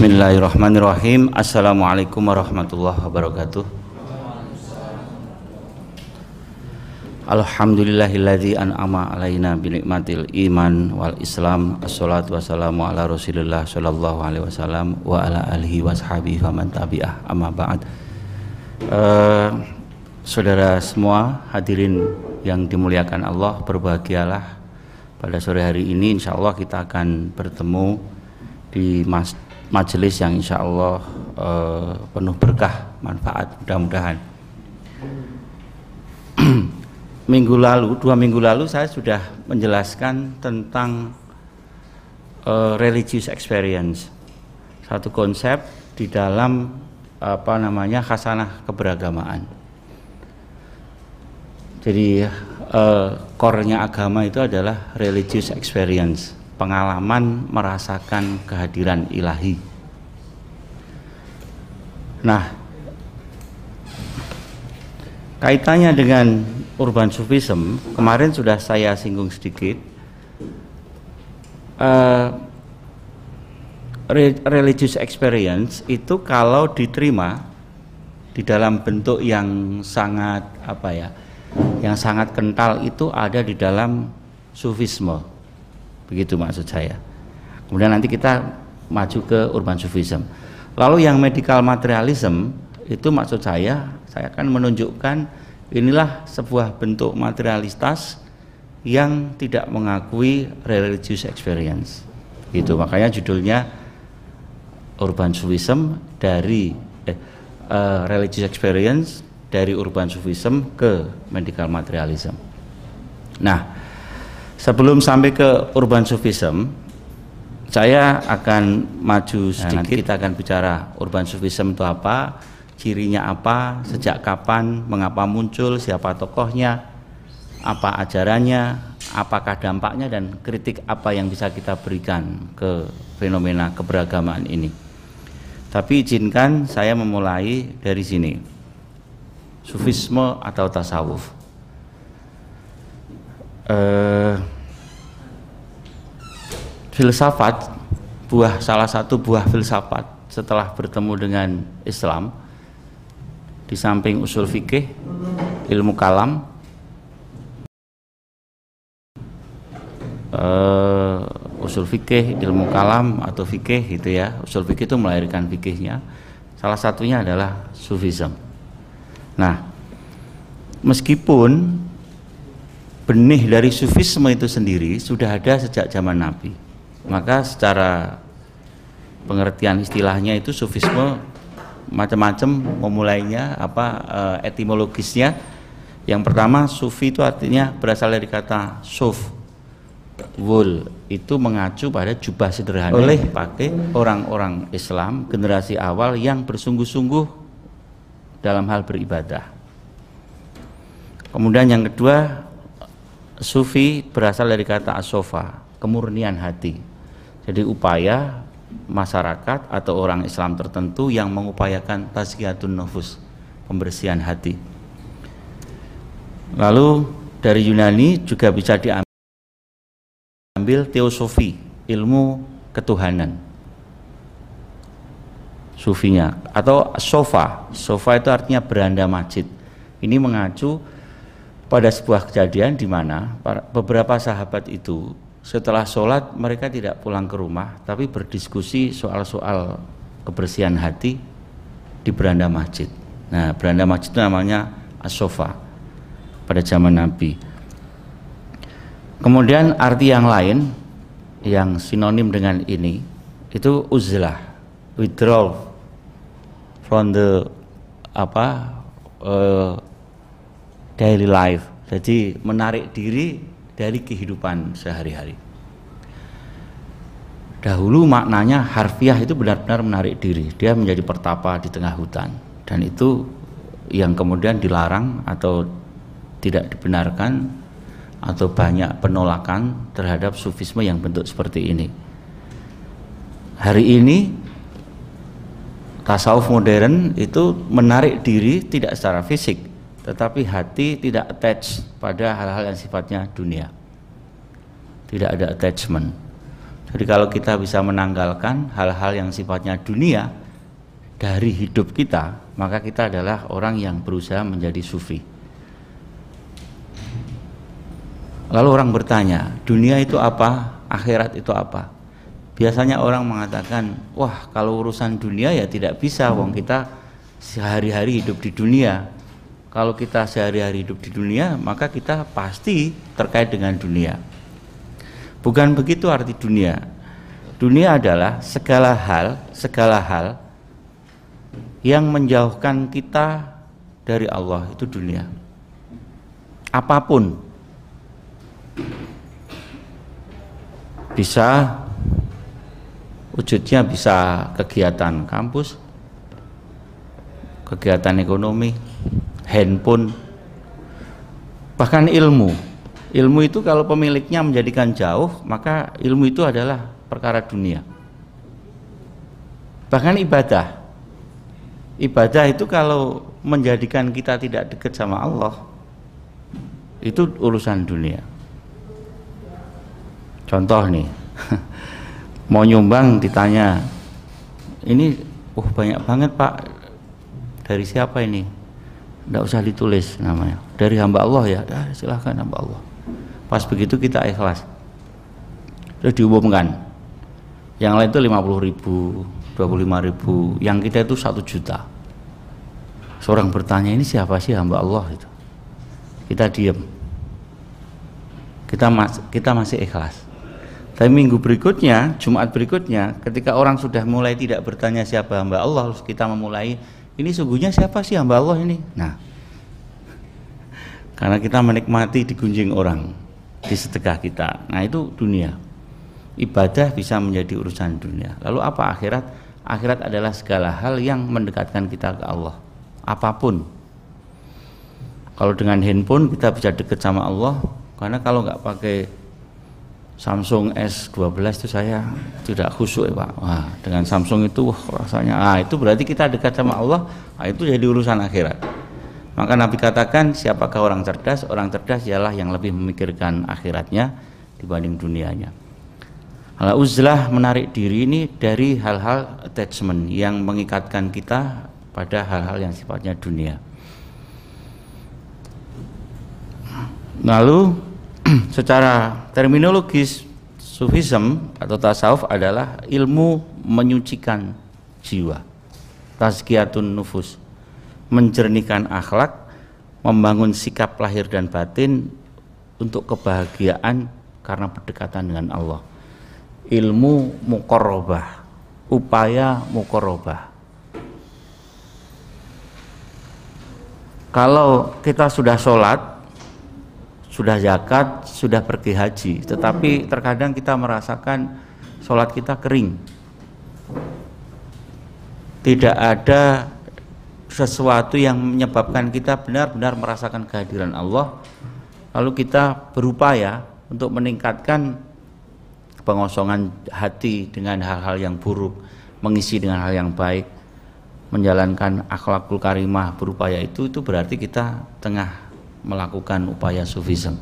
Bismillahirrahmanirrahim. Assalamualaikum warahmatullahi wabarakatuh. Alhamdulillahilladzi an'ama alaina binikmatil iman wal islam. Assalatu wassalamu ala rasulillah sallallahu alaihi wasallam wa ala alihi washabihi wa man tabi'ah, amma ba'd. Saudara semua hadirin yang dimuliakan Allah, berbahagialah pada sore hari ini. Insyaallah kita akan bertemu di majelis yang insya Allah penuh berkah, manfaat, mudah-mudahan. Dua minggu lalu saya sudah menjelaskan tentang religious experience, satu konsep di dalam khasanah keberagamaan. Jadi core-nya agama itu adalah religious experience, pengalaman merasakan kehadiran ilahi. Nah, kaitannya dengan urban sufism, kemarin sudah saya singgung sedikit. Religious experience itu kalau diterima di dalam bentuk yang sangat yang sangat kental, itu ada di dalam sufisme. Begitu maksud saya. Kemudian nanti kita maju ke urban sufism. Lalu yang medical materialism itu maksud saya akan menunjukkan inilah sebuah bentuk materialitas yang tidak mengakui religious experience. Gitu, makanya judulnya urban sufism dari religious experience dari urban sufism ke medical materialism. Nah, sebelum sampai ke urban sufism, saya akan maju sedikit. Nanti kita akan bicara urban sufism itu apa, cirinya apa, sejak kapan, mengapa muncul, siapa tokohnya, apa ajarannya, apakah dampaknya, dan kritik apa yang bisa kita berikan ke fenomena keberagamaan ini. Tapi izinkan saya memulai dari sini, sufisme atau tasawuf. Filsafat, salah satu buah filsafat setelah bertemu dengan Islam, di samping usul fikih, ilmu kalam, usul fikih, ilmu kalam atau fikih gitu ya. Usul fikih itu melahirkan fikihnya. Salah satunya adalah sufism. Nah, meskipun benih dari sufisme itu sendiri sudah ada sejak zaman Nabi, maka secara pengertian istilahnya itu sufisme macam-macam memulainya, etimologisnya. Yang pertama, sufi itu artinya berasal dari kata suf, wool, itu mengacu pada jubah sederhana oleh dipakai orang-orang Islam generasi awal yang bersungguh-sungguh dalam hal beribadah. Kemudian yang kedua, sufi berasal dari kata asofa, kemurnian hati. Jadi upaya masyarakat atau orang Islam tertentu yang mengupayakan tazkiyatun nufus, pembersihan hati. Lalu dari Yunani juga bisa diambil teosofi, ilmu ketuhanan, sufinya. Atau sofa itu artinya beranda masjid. Ini mengacu pada sebuah kejadian di mana beberapa sahabat itu setelah sholat mereka tidak pulang ke rumah, tapi berdiskusi soal-soal kebersihan hati di beranda masjid. Nah, beranda masjid itu namanya as-sofa pada zaman Nabi. Kemudian arti yang lain yang sinonim dengan ini itu uzlah, withdraw from the daily life. Jadi menarik diri dari kehidupan sehari-hari. Dahulu maknanya harfiah itu benar-benar menarik diri, dia menjadi pertapa di tengah hutan, dan itu yang kemudian dilarang atau tidak dibenarkan, atau banyak penolakan terhadap sufisme yang bentuk seperti ini. Hari ini tasawuf modern itu menarik diri tidak secara fisik, tetapi hati tidak attach pada hal-hal yang sifatnya dunia, tidak ada attachment. Jadi kalau kita bisa menanggalkan hal-hal yang sifatnya dunia dari hidup kita, maka kita adalah orang yang berusaha menjadi sufi. Lalu orang bertanya, dunia itu apa? Akhirat itu apa? Biasanya orang mengatakan, wah kalau urusan dunia ya tidak bisa, wong kita sehari-hari hidup di dunia. Kalau kita sehari-hari hidup di dunia, maka kita pasti terkait dengan dunia. Bukan begitu arti dunia. Dunia adalah segala hal yang menjauhkan kita dari Allah, itu dunia. Apapun. Bisa wujudnya bisa kegiatan kampus, kegiatan ekonomi, handphone, bahkan ilmu. Ilmu itu kalau pemiliknya menjadikan jauh, maka ilmu itu adalah perkara dunia. Bahkan ibadah. Ibadah itu kalau menjadikan kita tidak dekat sama Allah, itu urusan dunia. Contoh nih, mau nyumbang ditanya, ini banyak banget Pak, dari siapa ini? Tidak usah ditulis namanya, dari hamba Allah ya, silahkan hamba Allah. Pas begitu kita ikhlas, terus diumumkan, yang lain itu 50.000, 25.000, yang kita itu 1 juta. Seorang bertanya, ini siapa sih hamba Allah itu? Kita diam, kita masih ikhlas. Tapi minggu berikutnya, Jumat berikutnya, ketika orang sudah mulai tidak bertanya siapa hamba Allah, kita memulai, ini sungguhnya siapa sih hamba Allah ini? Nah, karena kita menikmati digunjing orang di sedekah kita. Nah, itu dunia. Ibadah bisa menjadi urusan dunia. Lalu apa akhirat? Akhirat adalah segala hal yang mendekatkan kita ke Allah. Apapun. Kalau dengan handphone kita bisa dekat sama Allah, karena kalau nggak pakai Samsung S12 itu saya tidak khusyuk ya Pak. Wah, dengan Samsung itu rasanya, itu berarti kita dekat sama Allah. Itu jadi urusan akhirat. Maka Nabi katakan, siapakah orang cerdas? Orang cerdas ialah yang lebih memikirkan akhiratnya dibanding dunianya. Al-uzlah, menarik diri, ini dari hal-hal attachment yang mengikatkan kita pada hal-hal yang sifatnya dunia. Lalu secara terminologis, sufism atau tasawuf adalah ilmu menyucikan jiwa, tazkiyatun nufus, menjernihkan akhlak, membangun sikap lahir dan batin untuk kebahagiaan karena berdekatan dengan Allah. Ilmu muqarrabah, upaya muqarrabah. Kalau kita sudah sholat, sudah zakat, sudah pergi haji, tetapi terkadang kita merasakan sholat kita kering, tidak ada sesuatu yang menyebabkan kita benar-benar merasakan kehadiran Allah, lalu kita berupaya untuk meningkatkan pengosongan hati dengan hal-hal yang buruk, mengisi dengan hal yang baik, menjalankan akhlakul karimah, berupaya itu berarti kita tengah melakukan upaya sufisme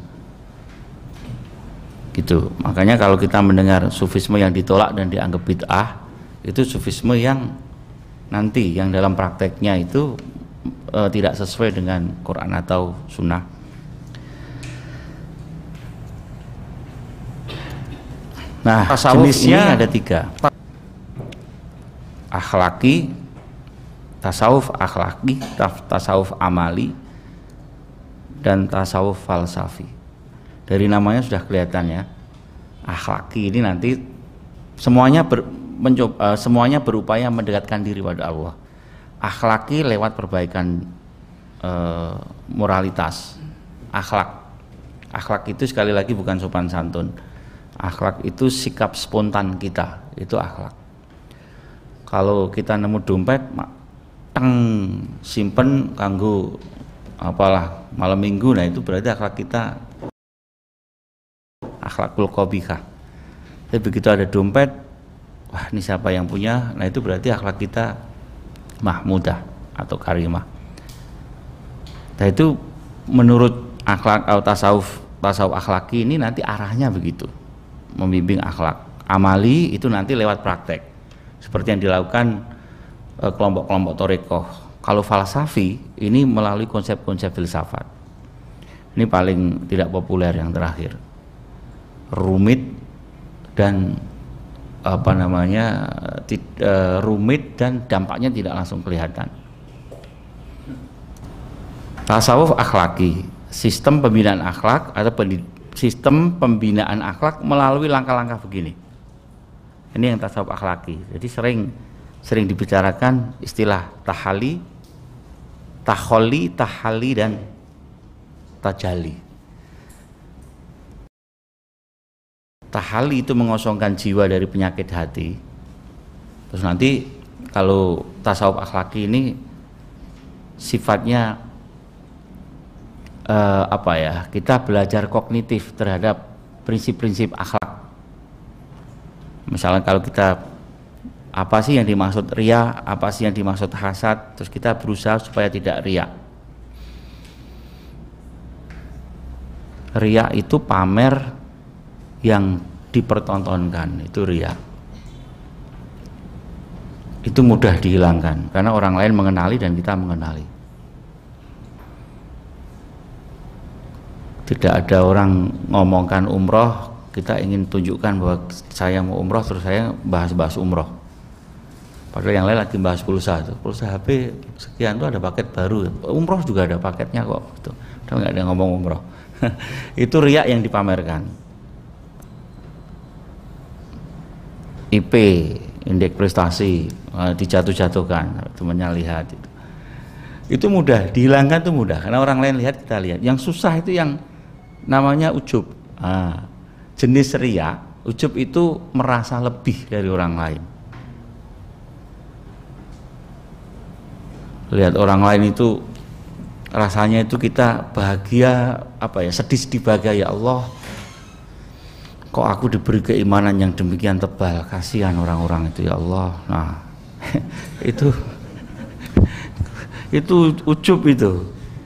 gitu. Makanya kalau kita mendengar sufisme yang ditolak dan dianggap bid'ah, itu sufisme yang nanti yang dalam prakteknya itu tidak sesuai dengan Quran atau Sunnah. Nah, jenisnya ada 3: akhlaki, tasawuf akhlaki, tasawuf amali, dan tasawuf falsafi. Dari namanya sudah kelihatan ya, akhlaki ini nanti semuanya semuanya berupaya mendekatkan diri pada Allah. Akhlaki lewat perbaikan moralitas. Akhlak itu sekali lagi bukan sopan santun. Akhlak itu sikap spontan kita, itu akhlak. Kalau kita nemu dompet, simpen kanggo apalah malam minggu, nah itu berarti akhlak kita akhlakul qabihah. Tapi begitu ada dompet, wah ini siapa yang punya, nah itu berarti akhlak kita mahmudah atau karimah. Nah itu menurut akhlak atau tasawuf akhlaki ini nanti arahnya begitu, membimbing akhlak amali itu nanti lewat praktek seperti yang dilakukan kelompok-kelompok torekoh. Kalau falsafi ini melalui konsep-konsep filsafat. Ini paling tidak populer yang terakhir, rumit dan rumit dan dampaknya tidak langsung kelihatan. Tasawuf akhlaki, sistem pembinaan akhlak atau sistem pembinaan akhlak melalui langkah-langkah begini. Ini yang tasawuf akhlaki. Jadi sering dibicarakan istilah tahali, tahali dan tajali. Tahali itu mengosongkan jiwa dari penyakit hati. Terus nanti kalau tasawuf akhlaki ini sifatnya kita belajar kognitif terhadap prinsip-prinsip akhlak. Misalnya kalau kita apa sih yang dimaksud riya, apa sih yang dimaksud hasad, terus kita berusaha supaya tidak riya. Riya itu pamer yang dipertontonkan, itu riya. Itu mudah dihilangkan karena orang lain mengenali dan kita mengenali. Tidak ada orang ngomongkan umroh, kita ingin tunjukkan bahwa saya mau umroh terus saya bahas-bahas umroh. Padahal yang lain lagi bahas pulsa tuh. Pulsa HP sekian tuh ada paket baru. Umroh juga ada paketnya kok. Tuh. Udah nggak ada ngomong umroh. Itu riya yang dipamerkan. IP, indeks prestasi, dijatuh-jatuhkan, temannya lihat itu mudah dihilangkan, itu mudah karena orang lain lihat, kita lihat. Yang susah itu yang namanya ujub. Jenis riya, ujub itu merasa lebih dari orang lain. Lihat orang lain itu rasanya itu kita bahagia, sedih bahagia, ya Allah. Kok aku diberi keimanan yang demikian tebal, kasihan orang-orang itu, ya Allah. Nah, itu ujub itu,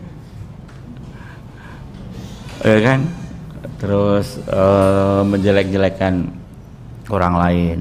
ya kan? Terus menjelek-jelekan orang lain,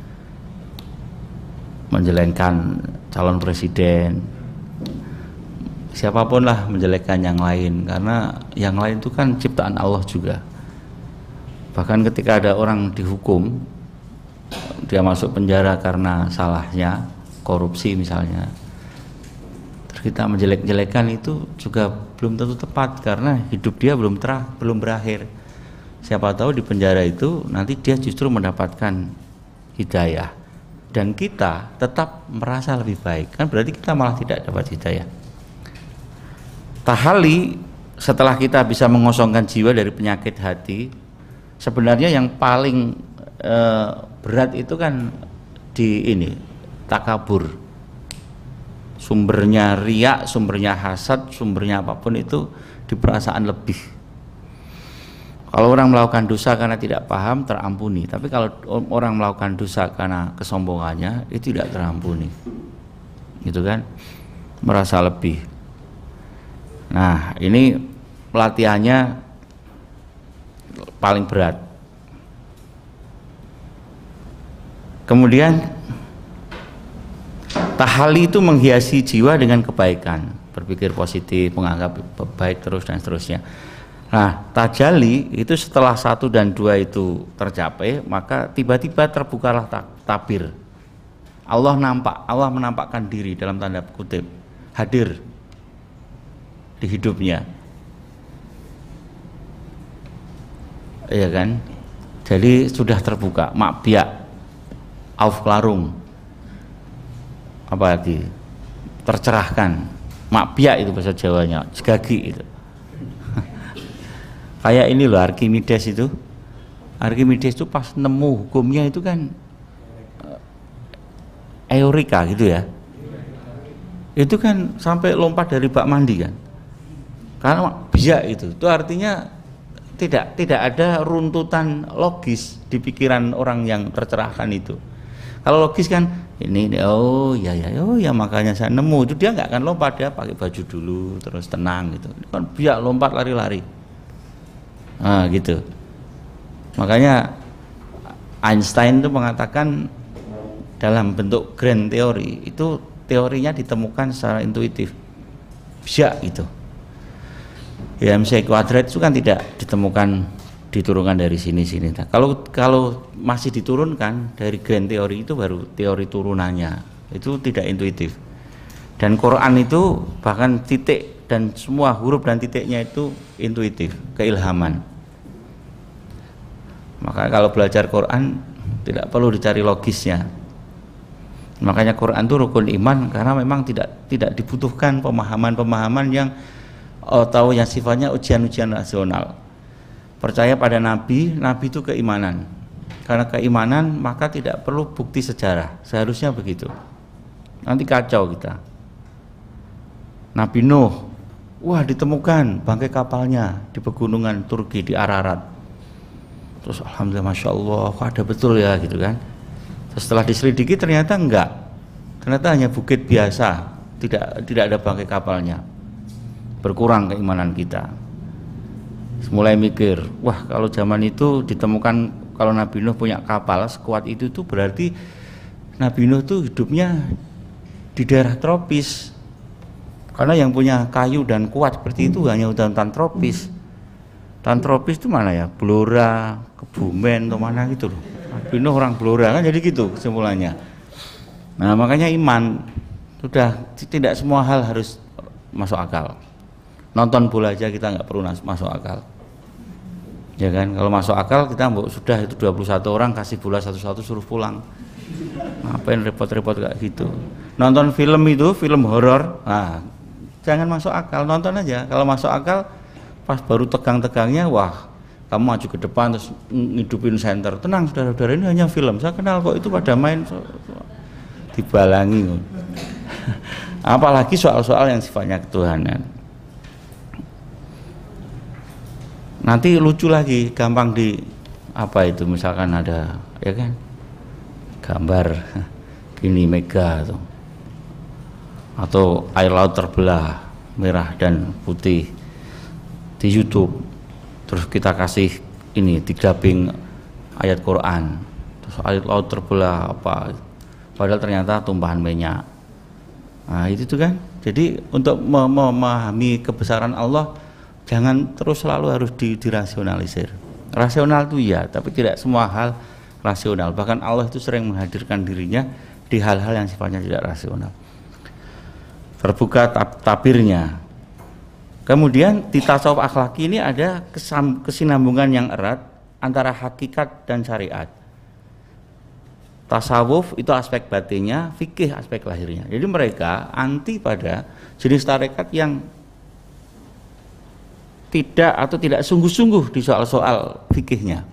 menjelekkan calon presiden, siapapun lah menjelekkan yang lain, karena yang lain itu kan ciptaan Allah juga. Bahkan ketika ada orang dihukum, dia masuk penjara karena salahnya, korupsi misalnya, terus kita menjelek-jelekan, itu juga belum tentu tepat karena hidup dia belum berakhir. Siapa tahu di penjara itu nanti dia justru mendapatkan hidayah dan kita tetap merasa lebih baik, kan berarti kita malah tidak dapat hidayah. Tahali, setelah kita bisa mengosongkan jiwa dari penyakit hati, sebenarnya yang paling berat itu kan di ini, takabur. Sumbernya riya, sumbernya hasad, sumbernya apapun itu di perasaan lebih. Kalau orang melakukan dosa karena tidak paham, terampuni. Tapi kalau orang melakukan dosa karena kesombongannya, itu tidak terampuni. Gitu kan? Merasa lebih. Nah, ini pelatihannya paling berat. Kemudian tahali itu menghiasi jiwa dengan kebaikan, berpikir positif, menganggap baik terus dan seterusnya. Nah, tajali itu setelah 1 dan 2 itu tercapai, maka tiba-tiba terbukalah tabir. Allah menampakkan diri dalam tanda kutip, hadir di hidupnya. Iya kan? Jadi sudah terbuka, makbiak, aufklarung, apa lagi? Tercerahkan. Makbiak itu bahasa Jawanya, segagi itu. Kayak ini loh Archimedes itu. Archimedes itu pas nemu hukumnya itu kan eureka gitu ya. Itu kan sampai lompat dari bak mandi kan. Karena biak itu artinya tidak ada runtutan logis di pikiran orang yang tercerahkan itu. Kalau logis kan ini oh ya makanya saya nemu itu, dia nggak akan lompat, dia pakai baju dulu terus tenang gitu. Kan biak lompat lari-lari. Nah gitu. Makanya Einstein itu mengatakan dalam bentuk grand teori itu teorinya ditemukan secara intuitif, bisa gitu. Ya MC kuadrat itu kan tidak ditemukan diturunkan dari sini. Nah, kalau masih diturunkan dari grand teori itu baru teori turunannya, itu tidak intuitif. Dan Quran itu bahkan titik dan semua huruf dan titiknya itu intuitif, keilhaman. Maka kalau belajar Quran tidak perlu dicari logisnya. Makanya Quran itu rukun iman karena memang tidak dibutuhkan pemahaman-pemahaman yang tahu yang sifatnya ujian-ujian rasional. Percaya pada nabi itu keimanan. Karena keimanan maka tidak perlu bukti sejarah. Seharusnya begitu. Nanti kacau kita. Nabi Nuh, wah ditemukan bangkai kapalnya di pegunungan Turki di Ararat. Terus alhamdulillah masya Allah, kok ada betul ya gitu kan. Setelah diselidiki ternyata enggak, ternyata hanya bukit biasa, tidak ada bangkai kapalnya. Berkurang keimanan kita. Mulai mikir, wah kalau zaman itu ditemukan kalau Nabi Nuh punya kapal sekuat itu tuh berarti Nabi Nuh tuh hidupnya di daerah tropis. Karena yang punya kayu dan kuat seperti itu hanya hutan tropis. Hutan tropis itu mana ya? Blora, Kebumen atau mana gitu loh. Nabi Nuh orang Blora kan jadi gitu kesimpulannya. Nah makanya iman sudah tidak semua hal harus masuk akal. Nonton bola aja kita nggak perlu masuk akal, ya kan? Kalau masuk akal kita sudah itu 21 orang kasih bola satu-satu suruh pulang. Ngapain repot-repot kayak gitu? Nonton film itu film horor, nah jangan masuk akal, nonton aja. Kalau masuk akal pas baru tegang-tegangnya, wah kamu maju ke depan terus ngidupin senter. Tenang saudara-saudara, ini hanya film, saya kenal kok, itu pada main dibalangi. Apalagi soal-soal yang sifatnya ketuhanan. Nanti lucu lagi, gampang di apa itu, misalkan ada ya kan gambar gini mega atau air laut terbelah merah dan putih di YouTube, terus kita kasih ini didubbing ayat Quran, terus air laut terbelah apa, padahal ternyata tumpahan minyak. Nah itu tuh kan, jadi untuk memahami kebesaran Allah jangan terus selalu harus dirasionalisir. Rasional itu ya, tapi tidak semua hal rasional. Bahkan Allah itu sering menghadirkan dirinya di hal-hal yang sifatnya tidak rasional. Terbuka tabirnya. Kemudian di tasawuf akhlaki ini ada kesinambungan yang erat antara hakikat dan syariat. Tasawuf itu aspek batinnya, fikih aspek lahirnya. Jadi mereka anti pada jenis tarekat yang tidak sungguh-sungguh di soal-soal fikihnya,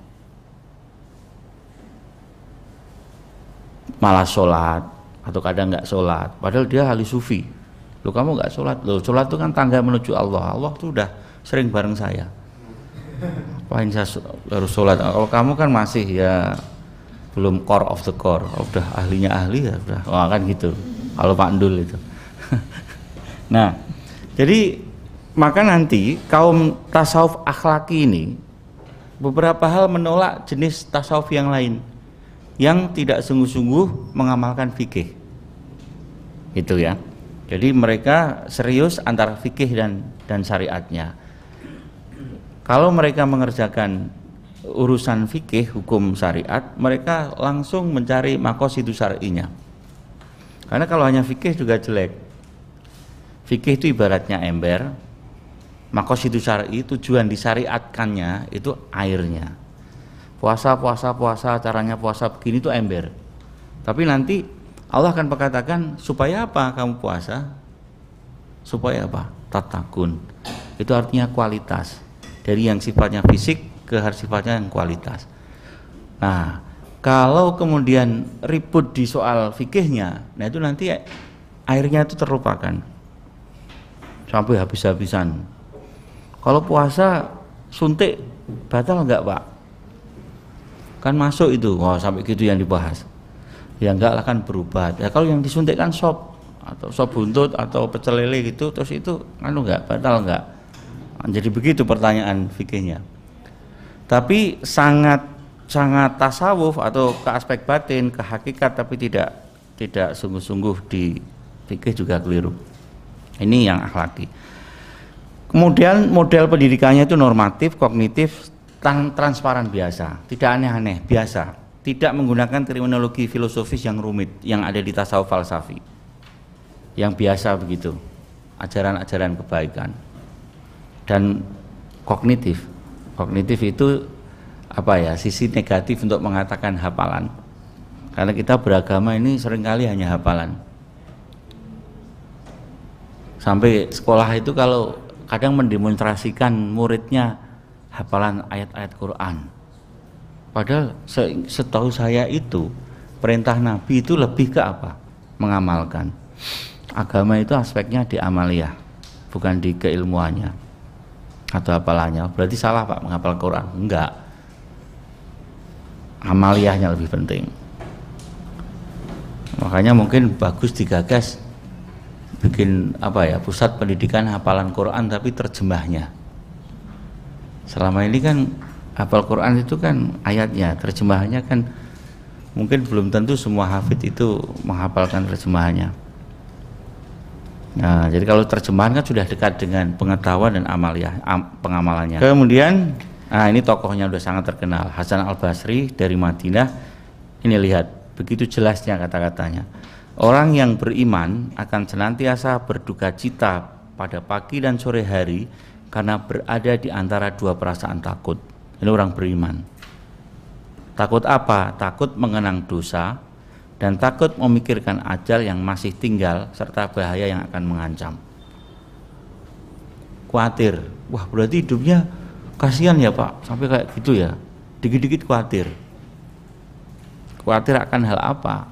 malah sholat atau kadang nggak sholat, padahal dia ahli sufi. Loh kamu nggak sholat? Loh sholat itu kan tangga menuju Allah. Allah tuh udah sering bareng saya. Apain saya harus sholat? Kalau kamu kan masih ya belum core of the core. Kalau udah ahlinya ahli ya udah. Wah kan gitu. Kalau Pak Ndul itu. Nah, jadi maka nanti kaum tasawuf akhlaki ini beberapa hal menolak jenis tasawuf yang lain yang tidak sungguh-sungguh mengamalkan fikih, itu ya. Jadi mereka serius antara fikih dan syariatnya. Kalau mereka mengerjakan urusan fikih hukum syariat, mereka langsung mencari maqasidus syar'inya. Karena kalau hanya fikih juga jelek. Fikih itu ibaratnya ember. Maqasidus syar'i, tujuan disyariatkannya itu airnya. Puasa, caranya puasa begini itu ember. Tapi nanti Allah akan berkatakan supaya apa kamu puasa? Supaya apa? Tatakun. Itu artinya kualitas. Dari yang sifatnya fisik ke sifatnya yang kualitas. Nah, kalau kemudian ribut di soal fikihnya, nah itu nanti airnya itu terlupakan. Sampai habis-habisan. Kalau puasa suntik batal enggak Pak? Kan masuk itu, wah sampai gitu yang dibahas. Ya enggak lah kan berubah. Ya kalau yang disuntik kan sop atau sop buntut atau pecel lele gitu, terus itu enggak batal enggak? Jadi begitu pertanyaan fikihnya. Tapi sangat sangat tasawuf atau ke aspek batin, ke hakikat, tapi tidak sungguh-sungguh di fikih juga keliru. Ini yang akhlaki. Kemudian model pendidikannya itu normatif, kognitif, transparan biasa, tidak aneh-aneh, biasa, tidak menggunakan terminologi filosofis yang rumit yang ada di tasawuf falsafi, yang biasa begitu, ajaran-ajaran kebaikan. Dan kognitif itu apa ya, sisi negatif untuk mengatakan hafalan, karena kita beragama ini seringkali hanya hafalan. Sampai sekolah itu kalau kadang mendemonstrasikan muridnya hafalan ayat-ayat Quran, padahal setahu saya itu perintah Nabi itu lebih ke apa? Mengamalkan. Agama itu aspeknya di amaliyah, bukan di keilmuannya atau hafalannya. Berarti salah Pak menghafal Quran? Enggak, amaliyahnya lebih penting. Makanya mungkin bagus digagas bikin apa ya, pusat pendidikan hafalan Quran tapi terjemahnya. Selama ini kan hafal Quran itu kan ayatnya, terjemahannya kan mungkin belum tentu semua hafid itu menghafalkan terjemahannya. Nah, jadi kalau terjemahan kan sudah dekat dengan pengetahuan dan amaliyah, pengamalannya. Kemudian, nah ini tokohnya udah sangat terkenal, Hasan Al-Basri dari Madinah. Ini lihat, begitu jelasnya kata-katanya. Orang yang beriman akan senantiasa berduka cita pada pagi dan sore hari karena berada di antara dua perasaan takut. Ini orang beriman. Takut apa? Takut mengenang dosa dan takut memikirkan ajal yang masih tinggal serta bahaya yang akan mengancam. Khawatir. Wah, berarti hidupnya kasihan ya Pak, sampai kayak gitu ya. Dikit-dikit khawatir. Khawatir akan hal apa?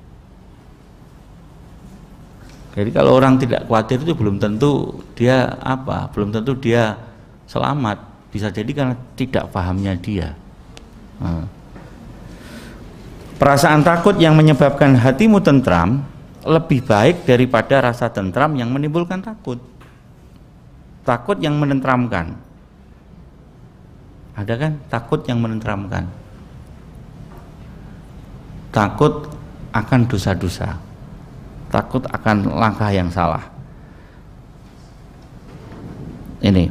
Jadi kalau orang tidak khawatir itu belum tentu dia apa, belum tentu dia selamat. Bisa jadi karena tidak pahamnya dia. Perasaan takut yang menyebabkan hatimu tentram lebih baik daripada rasa tentram yang menimbulkan takut. Takut yang menentramkan. Ada kan takut yang menentramkan? Takut akan dosa-dosa. Takut akan langkah yang salah. Ini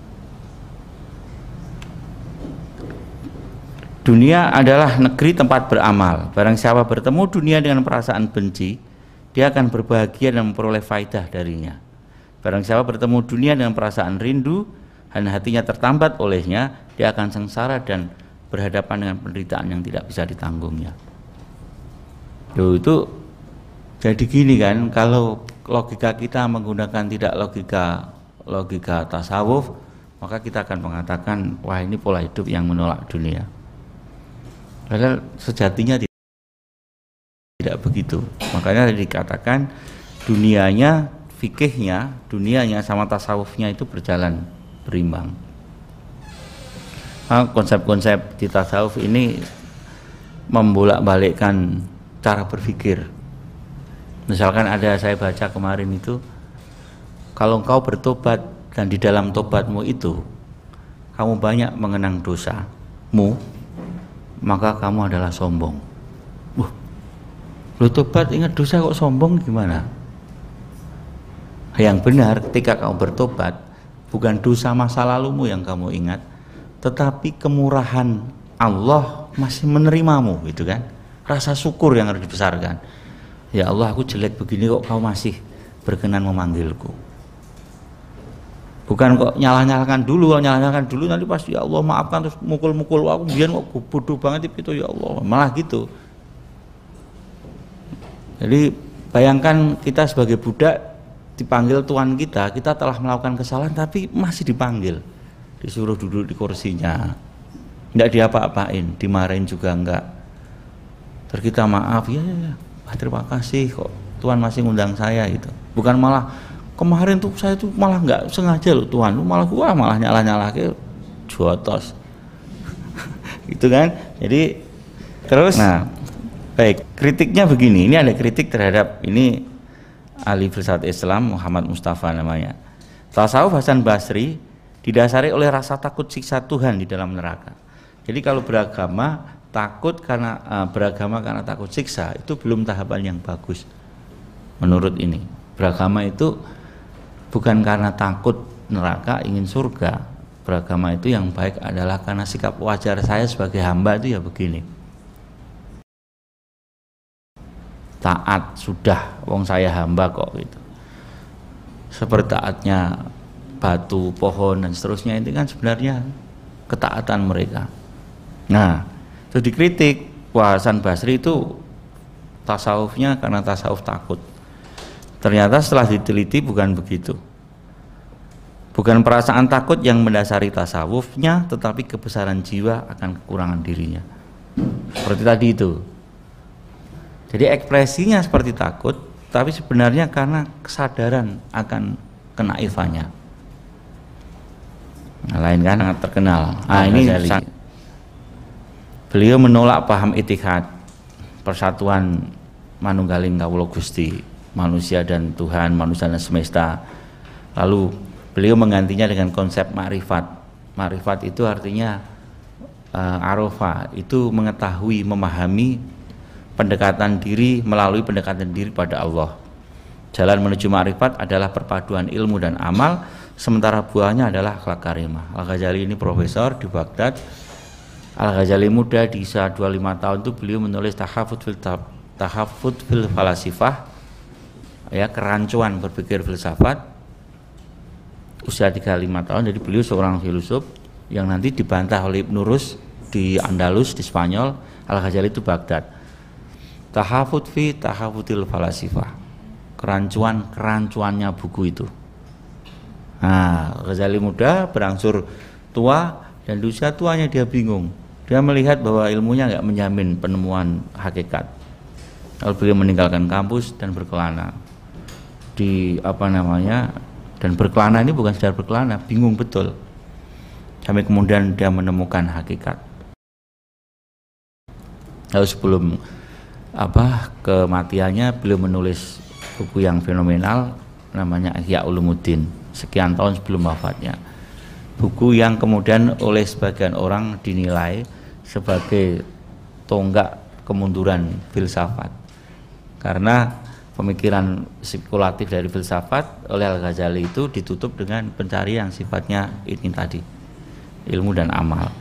dunia adalah negeri tempat beramal. Barang siapa bertemu dunia dengan perasaan benci, dia akan berbahagia dan memperoleh faidah darinya. Barang siapa bertemu dunia dengan perasaan rindu dan hatinya tertambat olehnya, dia akan sengsara dan berhadapan dengan penderitaan yang tidak bisa ditanggungnya. Itu jadi gini kan, kalau logika kita menggunakan tidak logika tasawuf, maka kita akan mengatakan wah ini pola hidup yang menolak dunia. Padahal sejatinya tidak begitu. Makanya dikatakan dunianya, fikihnya, dunianya sama tasawufnya itu berjalan berimbang. Nah, konsep-konsep di tasawuf ini membolak-balikkan cara berpikir. Misalkan ada, saya baca kemarin itu, kalau engkau bertobat dan di dalam tobatmu itu kamu banyak mengenang dosamu, maka kamu adalah sombong. Lu tobat ingat dosa kok sombong gimana? Yang benar ketika kamu bertobat, bukan dosa masa lalumu yang kamu ingat, tetapi kemurahan Allah masih menerimamu, gitu kan? Rasa syukur yang harus dibesarkan. Ya Allah, aku jelek begini kok kau masih berkenan memanggilku. Bukan kok nyalah-nyalahkan dulu nanti pasti ya Allah maafkan terus mukul-mukul aku biar kok bodoh banget itu ya Allah, malah gitu. Jadi bayangkan kita sebagai budak dipanggil Tuhan kita telah melakukan kesalahan tapi masih dipanggil, disuruh duduk di kursinya, enggak diapa-apain, dimarahin juga enggak. Terus kita maaf ya. Terima kasih kok Tuhan masih ngundang saya gitu. Bukan malah kemarin tuh saya tuh malah nggak sengaja loh Tuhan, malah gua malah nyalah ke jotos. Gitu kan. Jadi terus nah baik, kritiknya begini. Ini ada kritik terhadap ini ahli filsafat Islam Muhammad Mustafa namanya. Tasawuf Hasan Basri didasari oleh rasa takut siksa Tuhan di dalam neraka. Jadi kalau beragama beragama karena takut siksa itu belum tahapan yang bagus. Menurut ini, beragama itu bukan karena takut neraka, ingin surga. Beragama itu yang baik adalah karena sikap wajar saya sebagai hamba itu ya begini. Taat sudah, wong saya hamba kok gitu. Seperti taatnya batu, pohon dan seterusnya itu kan sebenarnya ketaatan mereka. Nah, itu dikritik. Wah, Hasan Basri itu tasawufnya karena tasawuf takut. Ternyata setelah diteliti bukan begitu. Bukan perasaan takut yang mendasari tasawufnya, tetapi kebesaran jiwa akan kekurangan dirinya. Seperti tadi itu. Jadi ekspresinya seperti takut, tapi sebenarnya karena kesadaran akan kenaifannya. Nah, lain kan sangat terkenal. Ini beliau menolak paham itihad, persatuan manunggaling kawula Gusti, manusia dan Tuhan, manusia dan semesta. Lalu beliau menggantinya dengan konsep ma'rifat. Ma'rifat itu artinya arofa, itu mengetahui, memahami pendekatan diri melalui pendekatan diri pada Allah. Jalan menuju ma'rifat adalah perpaduan ilmu dan amal, sementara buahnya adalah akhlak karimah. Al-Ghazali ini profesor di Baghdad. Al-Ghazali muda, di usia 25 tahun itu beliau menulis Tahafut fil Falasifah, ya, kerancuan berpikir filsafat. Usia 35 tahun, jadi beliau seorang filosof yang nanti dibantah oleh Ibn Rus di Andalus, di Spanyol. Al-Ghazali itu Baghdad. Tahafutil Falasifah, kerancuannya buku itu. Nah, Ghazali muda berangsur tua, dan di usia tuanya dia bingung. Dia melihat bahwa ilmunya nggak menjamin penemuan hakikat. Lalu beliau meninggalkan kampus dan berkelana dan berkelana ini bukan sekedar berkelana, bingung betul. Sampai kemudian dia menemukan hakikat. Lalu sebelum kematiannya beliau menulis buku yang fenomenal namanya Ihya Ulumuddin, sekian tahun sebelum wafatnya. Buku yang kemudian oleh sebagian orang dinilai sebagai tonggak kemunduran filsafat, karena pemikiran spekulatif dari filsafat oleh Al-Ghazali itu ditutup dengan pencarian sifatnya ini tadi, ilmu dan amal.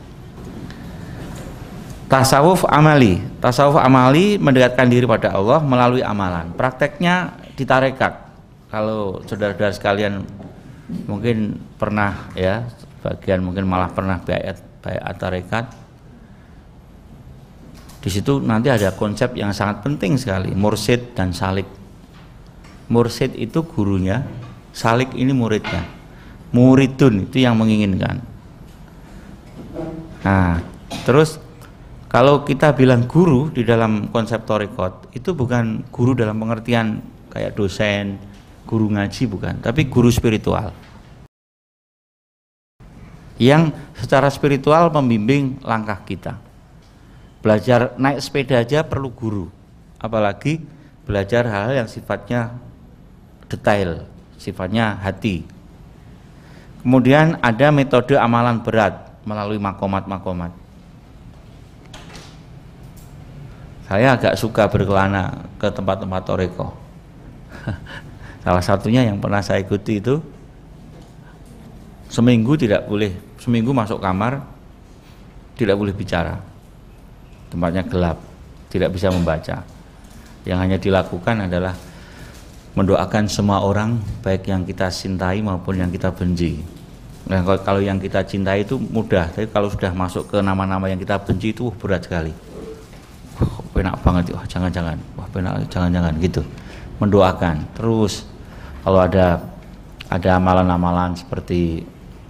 Tasawuf amali mendekatkan diri pada Allah melalui amalan. Prakteknya di tarekat. Kalau saudara-saudara sekalian mungkin pernah, ya, bagian mungkin malah pernah baiat tarekat. Di situ nanti ada konsep yang sangat penting sekali, mursyid dan salik. Mursyid itu gurunya, salik ini muridnya. Muridun itu yang menginginkan. Nah, terus kalau kita bilang guru di dalam konsep tarekat, itu bukan guru dalam pengertian kayak dosen, guru ngaji, bukan, tapi guru spiritual yang secara spiritual membimbing langkah kita. Belajar naik sepeda aja perlu guru, apalagi belajar hal-hal yang sifatnya detail, sifatnya hati. Kemudian ada metode amalan berat melalui makomat. Saya agak suka berkelana ke tempat-tempat toreko. Salah satunya yang pernah saya ikuti itu seminggu masuk kamar, tidak boleh bicara. Tempatnya gelap, tidak bisa membaca. Yang hanya dilakukan adalah mendoakan semua orang, baik yang kita cintai maupun yang kita benci. Nah, kalau yang kita cintai itu mudah, tapi kalau sudah masuk ke nama-nama yang kita benci itu berat sekali. Penak banget, jangan gitu. Mendoakan terus. Kalau ada amalan-amalan seperti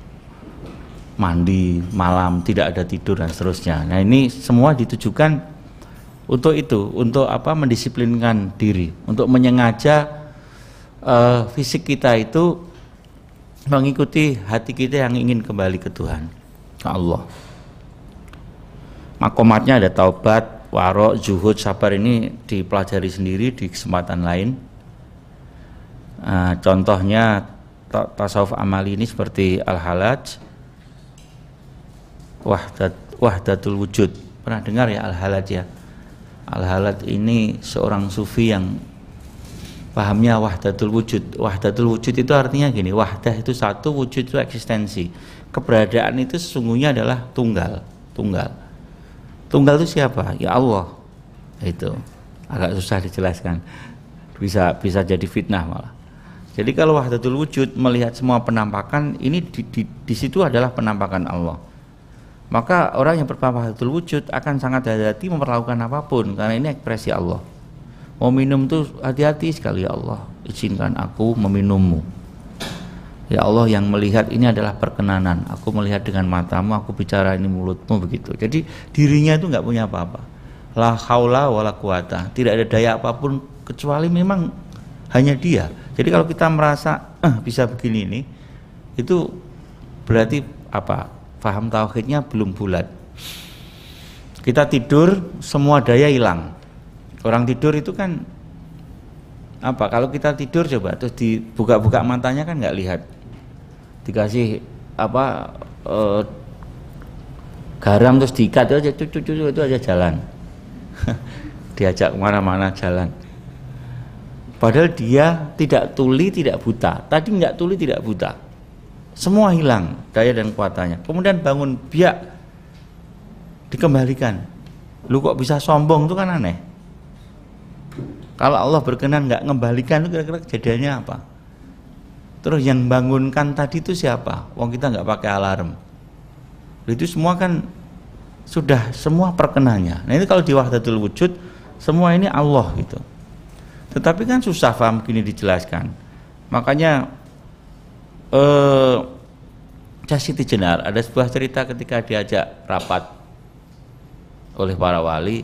mandi malam, tidak ada tidur dan seterusnya. Nah, ini semua ditujukan untuk itu, untuk mendisiplinkan diri, untuk menyengaja fisik kita itu mengikuti hati kita yang ingin kembali ke Tuhan, ke Allah. Makomatnya ada taubat, warok, zuhud, sabar, ini dipelajari sendiri di kesempatan lain. Contohnya tasawuf amali ini seperti Al-Halaj, wahdatul wujud. Pernah dengar ya Al-Halad ya? Al-Halad ini seorang sufi yang pahamnya wahdatul wujud. Wahdatul wujud itu artinya gini, wahdah itu satu, wujud itu eksistensi. Keberadaan itu sesungguhnya adalah tunggal. Tunggal itu siapa? Ya Allah. Itu agak susah dijelaskan. Bisa jadi fitnah malah. Jadi kalau wahdatul wujud melihat semua penampakan ini di situ adalah penampakan Allah. Maka orang yang berwahdatul wujud akan sangat hati-hati memperlakukan apapun karena ini ekspresi Allah. Mau minum tuh hati-hati sekali, ya Allah, izinkan aku meminummu. Ya Allah, yang melihat ini adalah perkenanan. Aku melihat dengan matamu, aku bicara ini mulutmu, begitu. Jadi dirinya itu nggak punya apa-apa. La haula wala quwata. Tidak ada daya apapun kecuali memang hanya Dia. Jadi kalau kita merasa bisa begini ini, itu berarti apa? Faham tauhidnya belum bulat. Kita tidur, semua daya hilang. Orang tidur itu kan apa? Kalau kita tidur coba terus dibuka-buka matanya kan nggak lihat. Dikasih apa garam terus diikat aja cucu itu aja jalan. Diajak kemana-mana jalan. Padahal dia tidak tuli, tidak buta. Tadi nggak tuli, tidak buta. Semua hilang daya dan kekuatannya. Kemudian bangun biak, dikembalikan. Lu kok bisa sombong, itu kan aneh. Kalau Allah berkenan nggak ngembalikan, itu kira-kira kejadiannya apa? Terus yang bangunkan tadi itu siapa? Wong kita nggak pakai alarm. Itu semua kan sudah semua perkenannya. Nah ini kalau di wahdatul wujud semua ini Allah gitu. Tetapi kan susah paham gini dijelaskan. Makanya Syekh Siti Jenar ada sebuah cerita ketika diajak rapat oleh para wali,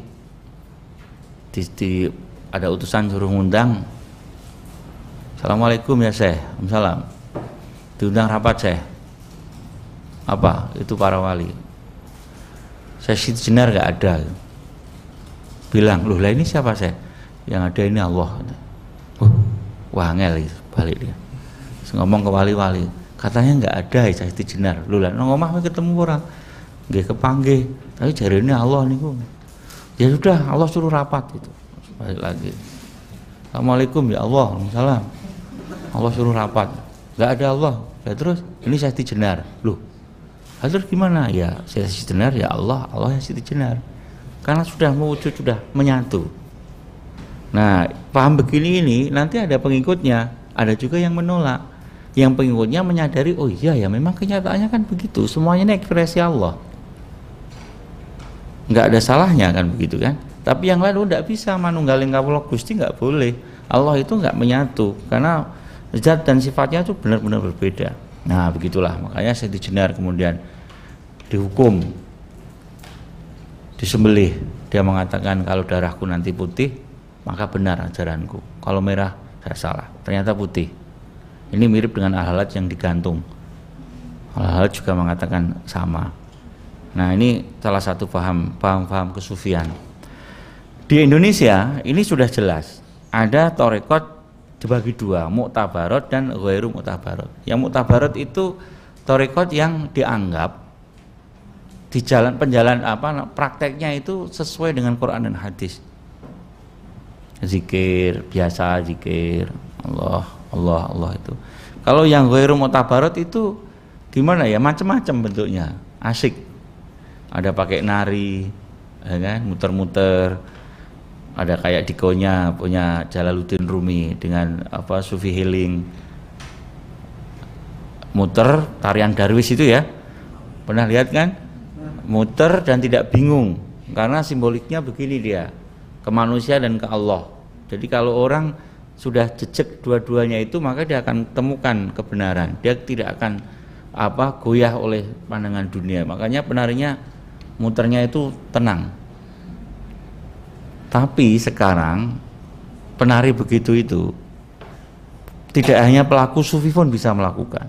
ada utusan suruh ngundang. Assalamualaikum ya Syekh. Waalaikumsalam. Diundang rapat Syekh. Apa? Itu para wali. Syekh Siti Jenar gak ada. Bilang, loh lah ini siapa Syekh? Yang ada ini Allah. Wah ngel gitu, balik dia. Terus ngomong ke wali-wali, katanya nggak ada Syekh Siti Jenar. Loh lah ngomong ketemu orang, nggak kepanggih. Tapi jari ini Allah nih. Ya sudah, Allah suruh rapat itu. Balik lagi. Assalamualaikum ya Allah. Waalaikumsalam. Allah suruh rapat. Nggak ada Allah. Ya terus ini Syekh Siti Jenar. Loh, terus gimana? Ya Syekh Siti Jenar ya Allah, Allah yang Siti Jenar. Karena sudah mewujud, sudah menyatu. Nah, paham begini ini nanti ada pengikutnya, ada juga yang menolak. Yang pengikutnya menyadari, oh iya ya memang kenyataannya kan begitu. Semuanya ini ekspresi Allah. Nggak ada salahnya kan begitu kan. Tapi yang lain tidak bisa manunggaling kawula Gusti, nggak boleh. Allah itu nggak menyatu karena zat dan sifatnya itu benar-benar berbeda. Nah begitulah makanya Siti Jenar kemudian dihukum, disembelih. Dia mengatakan kalau darahku nanti putih maka benar ajaranku, kalau merah saya salah. Ternyata putih. Ini mirip dengan Al-Halad yang digantung. Al-Halad juga mengatakan sama. Nah ini salah satu paham kesufian. Di Indonesia ini sudah jelas ada tarekat dibagi dua, Mu'tabarat dan Ghairu Mu'tabarat. Yang Mu'tabarat itu tarekat yang dianggap di penjalan prakteknya itu sesuai dengan Quran dan hadis. Zikir biasa, zikir Allah itu. Kalau yang Ghairu Mu'tabarat itu gimana ya, macam-macam bentuknya, asik. Ada pakai nari, ya kan, muter-muter. Ada kayak dikonya punya Jalaluddin Rumi dengan Sufi healing, muter tarian darwis itu ya, pernah lihat kan? Muter dan tidak bingung karena simboliknya begini dia, ke manusia dan ke Allah. Jadi kalau orang sudah jejak dua-duanya itu maka dia akan temukan kebenaran, dia tidak akan goyah oleh pandangan dunia. Makanya penarinya muternya itu tenang. Tapi sekarang penari begitu itu tidak hanya pelaku sufi pun bisa melakukan.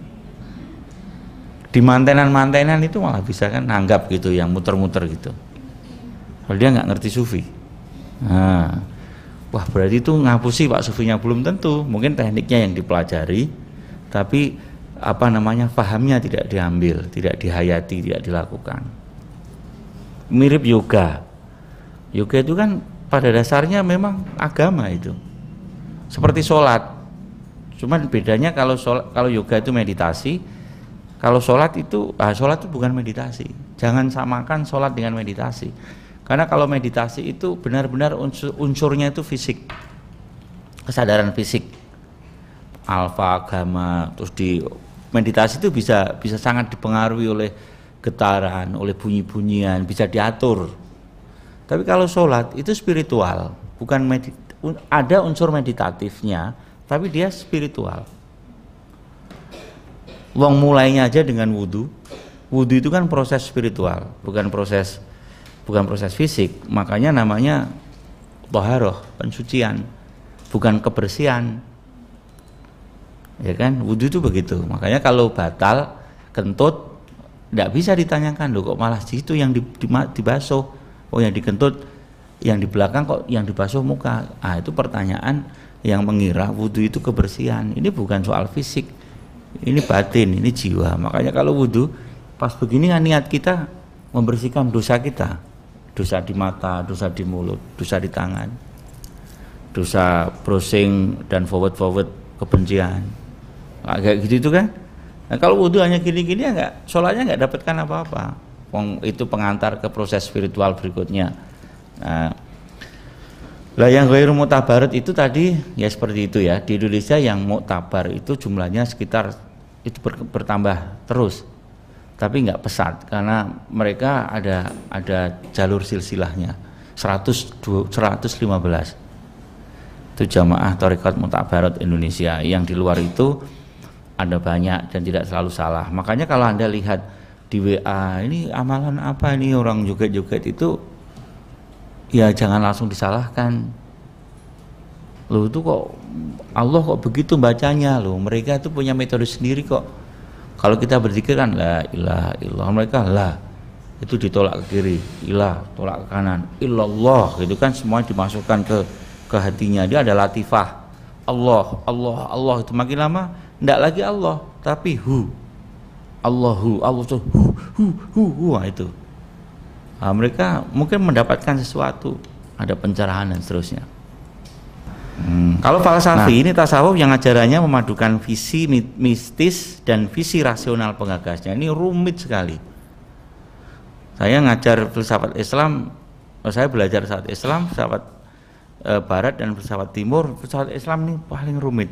Di mantenan-mantenan itu malah bisa kan nanggap gitu, yang muter-muter gitu. Kalau dia nggak ngerti sufi. Nah, wah berarti itu ngapusi Pak sufinya, belum tentu. Mungkin tekniknya yang dipelajari, tapi pahamnya tidak diambil, tidak dihayati, tidak dilakukan. mirip yoga. Yoga itu kan pada dasarnya memang agama itu. Seperti sholat. Cuman bedanya kalau yoga itu meditasi, kalau sholat itu bukan meditasi. Jangan samakan sholat dengan meditasi. Karena kalau meditasi itu benar-benar unsurnya itu fisik, kesadaran fisik, alfa, gamma. Terus di meditasi itu bisa sangat dipengaruhi oleh getaran, oleh bunyi-bunyian, bisa diatur. Tapi kalau sholat itu spiritual, bukan ada unsur meditatifnya, tapi dia spiritual. Wong mulainya aja dengan wudhu. Wudhu itu kan proses spiritual, bukan proses fisik. Makanya namanya thaharah, pensucian, bukan kebersihan. Ya kan, wudhu itu begitu. Makanya kalau batal, kentut, tidak bisa ditanyakan, loh kok malah situ yang dibasuh. Oh yang dikentut, yang di belakang kok yang dibasuh muka. Itu pertanyaan yang mengira wudhu itu kebersihan. Ini bukan soal fisik, ini batin, ini jiwa. Makanya kalau wudhu pas begini kan niat kita membersihkan dosa kita, dosa di mata, dosa di mulut, dosa di tangan, dosa browsing dan forward kebencian. Kayak gitu itu kan. Nah, kalau wudhu hanya gini-gini ya sholatnya nggak dapatkan apa-apa. Itu pengantar ke proses spiritual berikutnya. Nah, yang ghairu muktabarat itu tadi ya seperti itu ya. Di Indonesia yang muktabar itu jumlahnya sekitar itu bertambah terus, tapi nggak pesat karena mereka ada jalur silsilahnya 115 itu jamaah tarekat muktabarat Indonesia. Yang di luar itu ada banyak dan tidak selalu salah. Makanya kalau Anda lihat di WA ini amalan apa ini orang joget-joget itu, ya jangan langsung disalahkan. Loh itu kok Allah kok begitu bacanya, loh mereka itu punya metode sendiri kok. Kalau kita berzikir kan la ilaha illallah, mereka la itu ditolak ke kiri, ilah tolak ke kanan, illallah gitu kan, semua dimasukkan ke hatinya. Dia ada latifah, Allah itu makin lama enggak lagi Allah tapi Allah tuh itu. Mereka mungkin mendapatkan sesuatu, ada pencerahan dan seterusnya. Kalau falsafi ini tasawuf yang ajarannya memadukan visi mistis dan visi rasional pengagasnya. Ini rumit sekali. Saya ngajar filsafat Islam, saya belajar saat Islam, filsafat Barat dan filsafat Timur. Filsafat Islam ini paling rumit.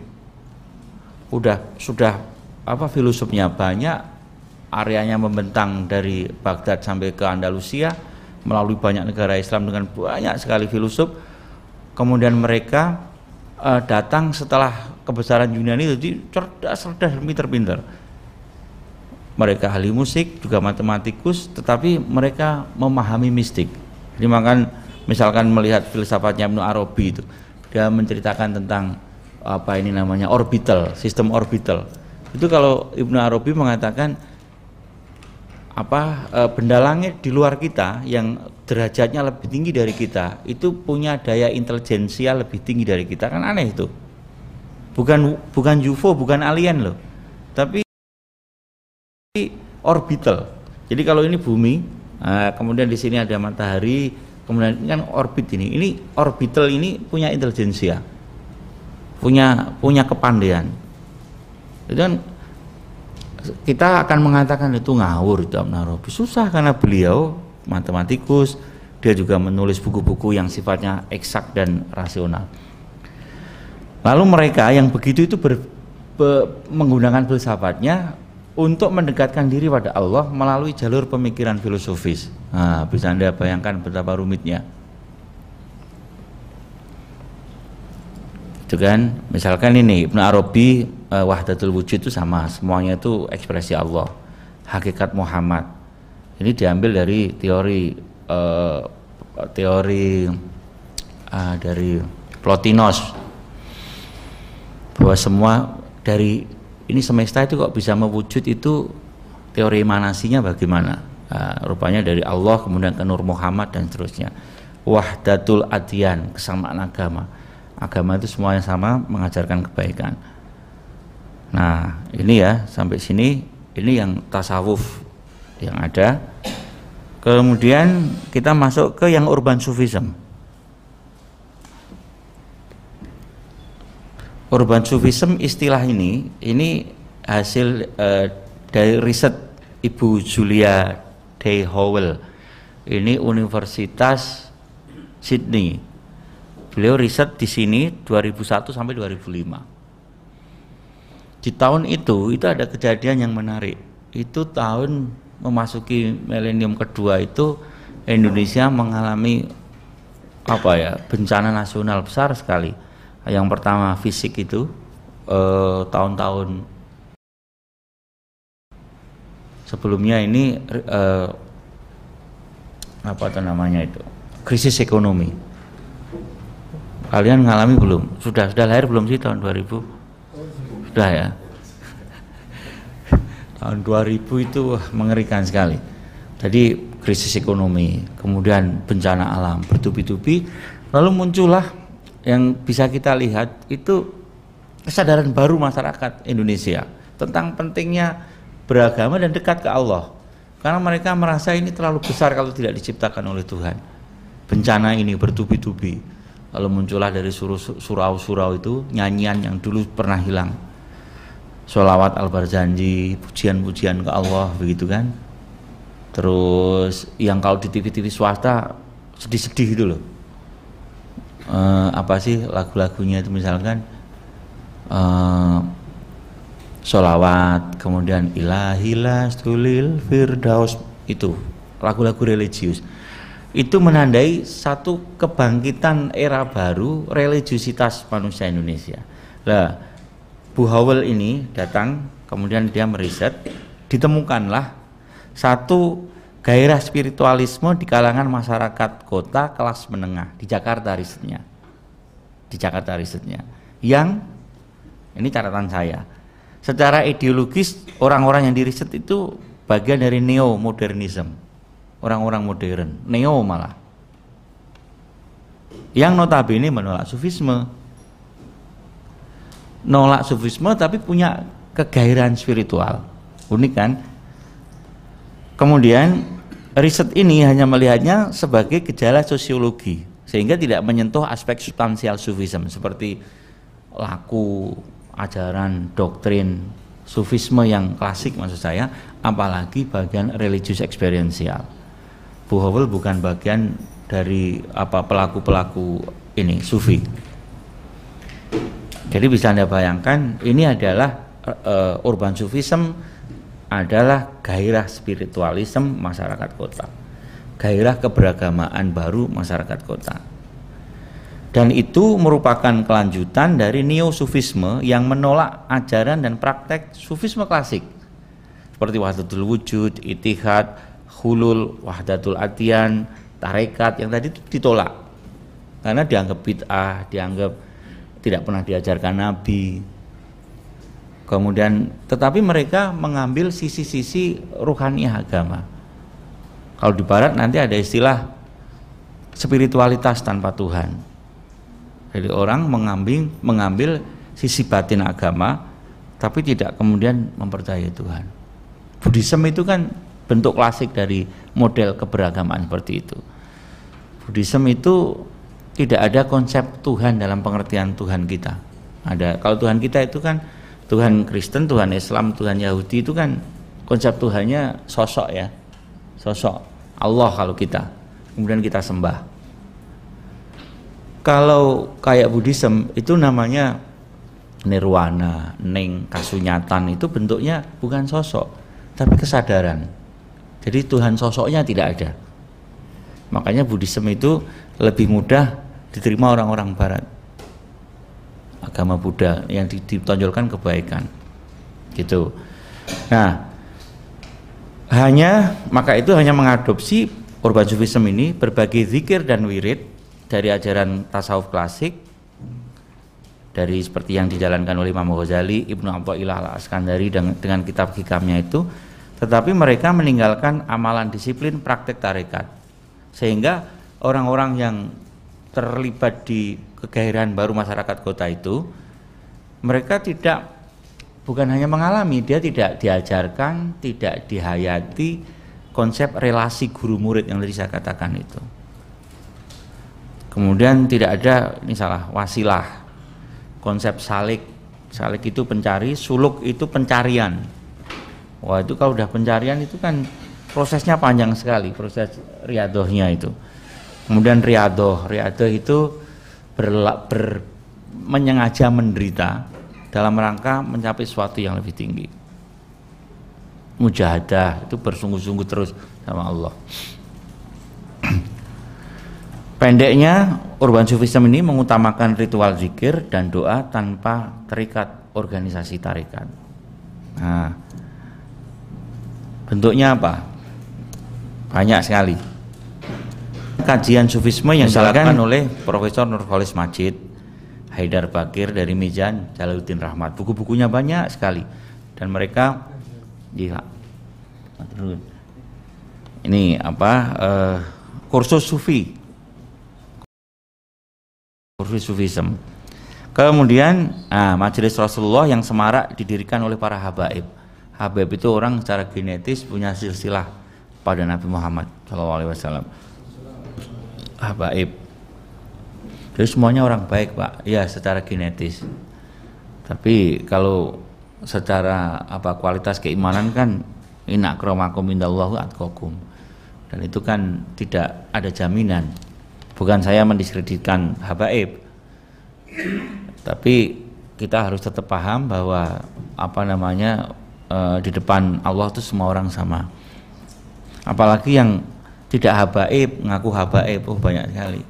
Sudah filosofnya banyak. Areanya membentang dari Baghdad sampai ke Andalusia, melalui banyak negara Islam dengan banyak sekali filosof. Kemudian mereka datang setelah kebesaran Yunani, jadi cerdas, pinter-pinter. Mereka ahli musik, juga matematikus, tetapi mereka memahami mistik. Jadi misalkan melihat filsafatnya Ibnu Arabi itu, dia menceritakan tentang orbital, sistem orbital. Itu kalau Ibnu Arabi mengatakan benda langit di luar kita yang derajatnya lebih tinggi dari kita itu punya daya intelijensial lebih tinggi dari kita, kan aneh itu. Bukan UFO, bukan alien loh, tapi orbital. Jadi kalau ini bumi, kemudian di sini ada matahari, kemudian ini kan orbit ini orbital ini punya intelijensia, punya kepandaian. Itu kan kita akan mengatakan itu ngawur itu Ibnu Arabi. Susah karena beliau matematikus, dia juga menulis buku-buku yang sifatnya eksak dan rasional. Lalu mereka yang begitu itu menggunakan filsafatnya untuk mendekatkan diri pada Allah melalui jalur pemikiran filosofis. Bisa Anda bayangkan betapa rumitnya. Itu kan, misalkan ini Ibnu Arabi wahdatul wujud itu sama, semuanya itu ekspresi Allah, hakikat Muhammad. Ini diambil dari teori dari Plotinus, bahwa semua dari ini semesta itu kok bisa mewujud, itu teori emanasinya bagaimana. Rupanya dari Allah, kemudian ke Nur Muhammad dan seterusnya. Wahdatul adyan, kesamaan agama itu semuanya sama, mengajarkan kebaikan. Nah ini ya, sampai sini ini yang tasawuf yang ada. Kemudian kita masuk ke yang urban Sufism. Urban Sufism istilah ini hasil dari riset Ibu Julia Day Howell. Ini Universitas Sydney. Beliau riset di sini 2001 sampai 2005. Di tahun itu ada kejadian yang menarik. Itu tahun memasuki milenium kedua itu Indonesia mengalami bencana nasional besar sekali. Yang pertama fisik itu tahun-tahun sebelumnya ini krisis ekonomi. Kalian ngalami belum? Sudah lahir belum sih tahun 2000? Sudah ya. Tahun 2000 itu mengerikan sekali. Jadi krisis ekonomi, kemudian bencana alam bertubi-tubi, lalu muncullah yang bisa kita lihat itu kesadaran baru masyarakat Indonesia tentang pentingnya beragama dan dekat ke Allah. Karena mereka merasa ini terlalu besar kalau tidak diciptakan oleh Tuhan. Bencana ini bertubi-tubi. Lalu muncullah dari surau-surau itu nyanyian yang dulu pernah hilang. Sholawat Al-Barzanji, pujian-pujian ke Allah, begitu kan. Terus yang kalau di TV-TV swasta sedih-sedih itu loh. Lagu-lagunya itu misalkan sholawat, kemudian ilahilas tulil firdaus, itu lagu-lagu religius. Itu menandai satu kebangkitan era baru religiusitas manusia Indonesia. Lah, Bu Howell ini datang, kemudian dia meriset, ditemukanlah satu gairah spiritualisme di kalangan masyarakat kota kelas menengah di Jakarta risetnya. Yang ini catatan saya. Secara ideologis orang-orang yang diriset itu bagian dari neo-modernism. Orang-orang modern, neo malah. Yang notabene menolak sufisme. Nolak sufisme tapi punya kegairahan spiritual. Unik kan? Kemudian riset ini hanya melihatnya sebagai gejala sosiologi, sehingga tidak menyentuh aspek substansial sufisme seperti laku, ajaran, doktrin sufisme yang klasik maksud saya, apalagi bagian religius experiential. Bu Howell bukan bagian dari pelaku-pelaku ini sufi. Jadi bisa Anda bayangkan ini adalah urban sufism adalah gairah spiritualisme masyarakat kota, gairah keberagamaan baru masyarakat kota. Dan itu merupakan kelanjutan dari neo-sufisme yang menolak ajaran dan praktek sufisme klasik seperti wahdatul wujud, itihad, hulul, wahdatul adyan, tarekat yang tadi itu ditolak karena dianggap bid'ah, dianggap tidak pernah diajarkan Nabi. Kemudian tetapi mereka mengambil sisi-sisi ruhaniah agama. Kalau di barat nanti ada istilah spiritualitas tanpa Tuhan. Jadi orang mengambil sisi batin agama tapi tidak kemudian mempercayai Tuhan. Buddhism itu kan bentuk klasik dari model keberagamaan seperti itu. Buddhism itu tidak ada konsep Tuhan dalam pengertian Tuhan kita. Ada, kalau Tuhan kita itu kan Tuhan Kristen, Tuhan Islam, Tuhan Yahudi itu kan konsep Tuhannya sosok ya, sosok Allah kalau kita, kemudian kita sembah. Kalau kayak Buddhism itu namanya nirwana, ning, kasunyatan, itu bentuknya bukan sosok, tapi kesadaran. Jadi Tuhan sosoknya tidak ada. Makanya Buddhism itu lebih mudah diterima orang-orang barat. Agama Buddha yang ditonjolkan kebaikan. Gitu. Nah, maka itu hanya mengadopsi urban sufism ini berbagai zikir dan wirid dari ajaran tasawuf klasik, dari seperti yang dijalankan oleh Imam Ghazali, Ibnu Athaillah Al-Askandari dengan kitab hikamnya itu. Tetapi mereka meninggalkan amalan disiplin praktek tarekat, sehingga orang-orang yang terlibat di kegairahan baru masyarakat kota itu, mereka bukan hanya mengalami, dia tidak diajarkan, tidak dihayati konsep relasi guru murid yang tadi saya katakan itu. Kemudian tidak ada, ini salah, wasilah. Konsep salik itu pencari, suluk itu pencarian. Wah, itu kalau udah pencarian itu kan prosesnya panjang sekali, proses riadohnya itu. Kemudian riadoh itu menyengaja menderita dalam rangka mencapai sesuatu yang lebih tinggi. Mujahadah itu bersungguh-sungguh terus sama Allah. Pendeknya, urban sufism ini mengutamakan ritual zikir dan doa tanpa terikat organisasi tarekat. Nah, bentuknya apa? Banyak sekali. Kajian sufisme yang dilakukan oleh Profesor Nurholis Majid, Haidar Bakir dari Mizan, Jalaluddin Rahmat. Buku-bukunya banyak sekali. Dan mereka, ini apa? Kursus sufi. Kursus sufism. Kemudian Majelis Rasulullah yang semarak didirikan oleh para habaib. Habaib itu orang secara genetis punya silsilah pada Nabi Muhammad SAW. Habaib. Jadi semuanya orang baik, Pak. Ya, secara genetis. Tapi kalau secara kualitas keimanan kan inna akramakum indallahu atqakum. Dan itu kan tidak ada jaminan. Bukan saya mendiskreditkan habaib, tapi kita harus tetap paham bahwa di depan Allah itu semua orang sama. Apalagi yang tidak habaib ngaku habaib, banyak sekali.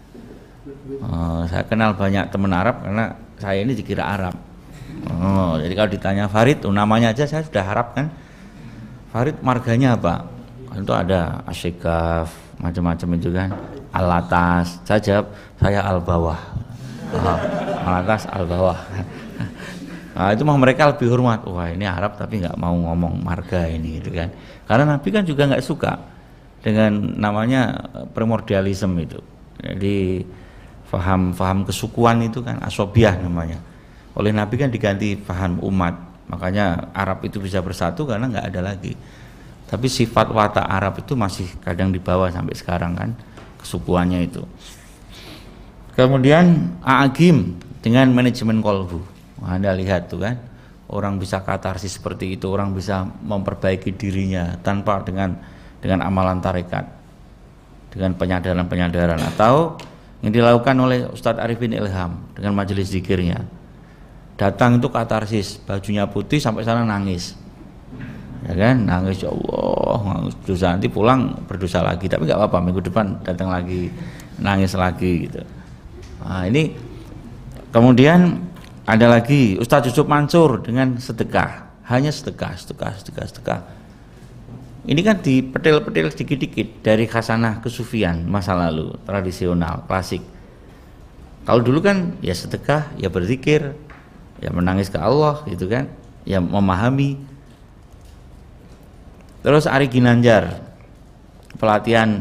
Saya kenal banyak teman Arab karena saya ini dikira Arab. Jadi kalau ditanya Farid, namanya aja saya sudah Arab kan. Farid marganya apa? Itu ada Asyikaf, macam-macam itu kan. Al-atas, saya jawab saya al-bawah. Al-atas, al-bawah. Itu mah mereka lebih hormat. Wah, ini Arab tapi nggak mau ngomong marga ini, gitu kan. Karena Nabi kan juga nggak suka dengan namanya primordialisme itu. Jadi faham kesukuan itu kan asobiah namanya. Oleh Nabi kan diganti faham umat. Makanya Arab itu bisa bersatu karena nggak ada lagi. Tapi sifat watak Arab itu masih kadang dibawa sampai sekarang kan. Kesukuannya itu. Kemudian A'agim dengan manajemen kolbu. Anda lihat tuh kan, orang bisa katarsis seperti itu, orang bisa memperbaiki dirinya tanpa dengan amalan tarekat, dengan penyadaran atau yang dilakukan oleh Ustadz Arifin Ilham dengan majelis zikirnya. Datang itu katarsis, bajunya putih sampai sana nangis. Ya kan, nangis, ya Allah, nangis dosa, nanti pulang berdosa lagi, tapi nggak apa-apa, minggu depan datang lagi, nangis lagi gitu. Nah, ini kemudian ada lagi Ustadz Yusuf Mansur dengan sedekah, hanya sedekah. Ini kan dipetil-petil sedikit-sedikit dari khasanah kesufian masa lalu, tradisional, klasik. Kalau dulu kan ya sedekah, ya berzikir, ya menangis ke Allah gitu kan, ya memahami. Terus Ari Ginanjar, pelatihan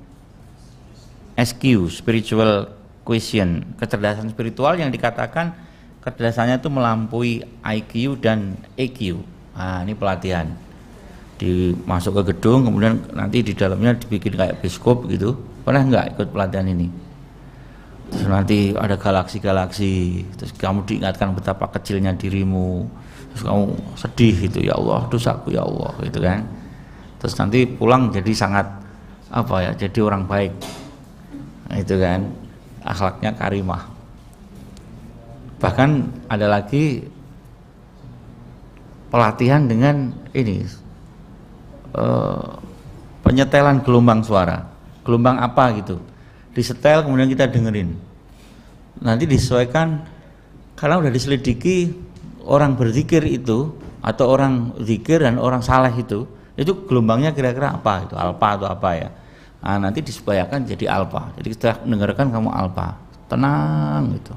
SQ, spiritual quotient, kecerdasan spiritual yang dikatakan kecerdasannya itu melampaui IQ dan EQ. Nah, ini pelatihan. Dimasuk ke gedung, kemudian nanti di dalamnya dibikin kayak bioskop gitu. Pernah nggak ikut pelatihan ini? Terus nanti ada galaksi-galaksi, terus kamu diingatkan betapa kecilnya dirimu, terus kamu sedih gitu, ya Allah, dosaku ya Allah, gitu kan. Terus nanti pulang jadi sangat jadi orang baik, nah, itu kan, akhlaknya karimah. Bahkan ada lagi pelatihan dengan ini penyetelan gelombang suara, gelombang apa gitu, disetel kemudian kita dengerin, nanti disesuaikan karena udah diselidiki orang berzikir itu atau orang zikir dan orang saleh itu gelombangnya kira-kira apa, itu alfa atau apa ya. Nah, nanti disesuaikan jadi alfa, jadi setelah mendengarkan kamu alfa, tenang gitu,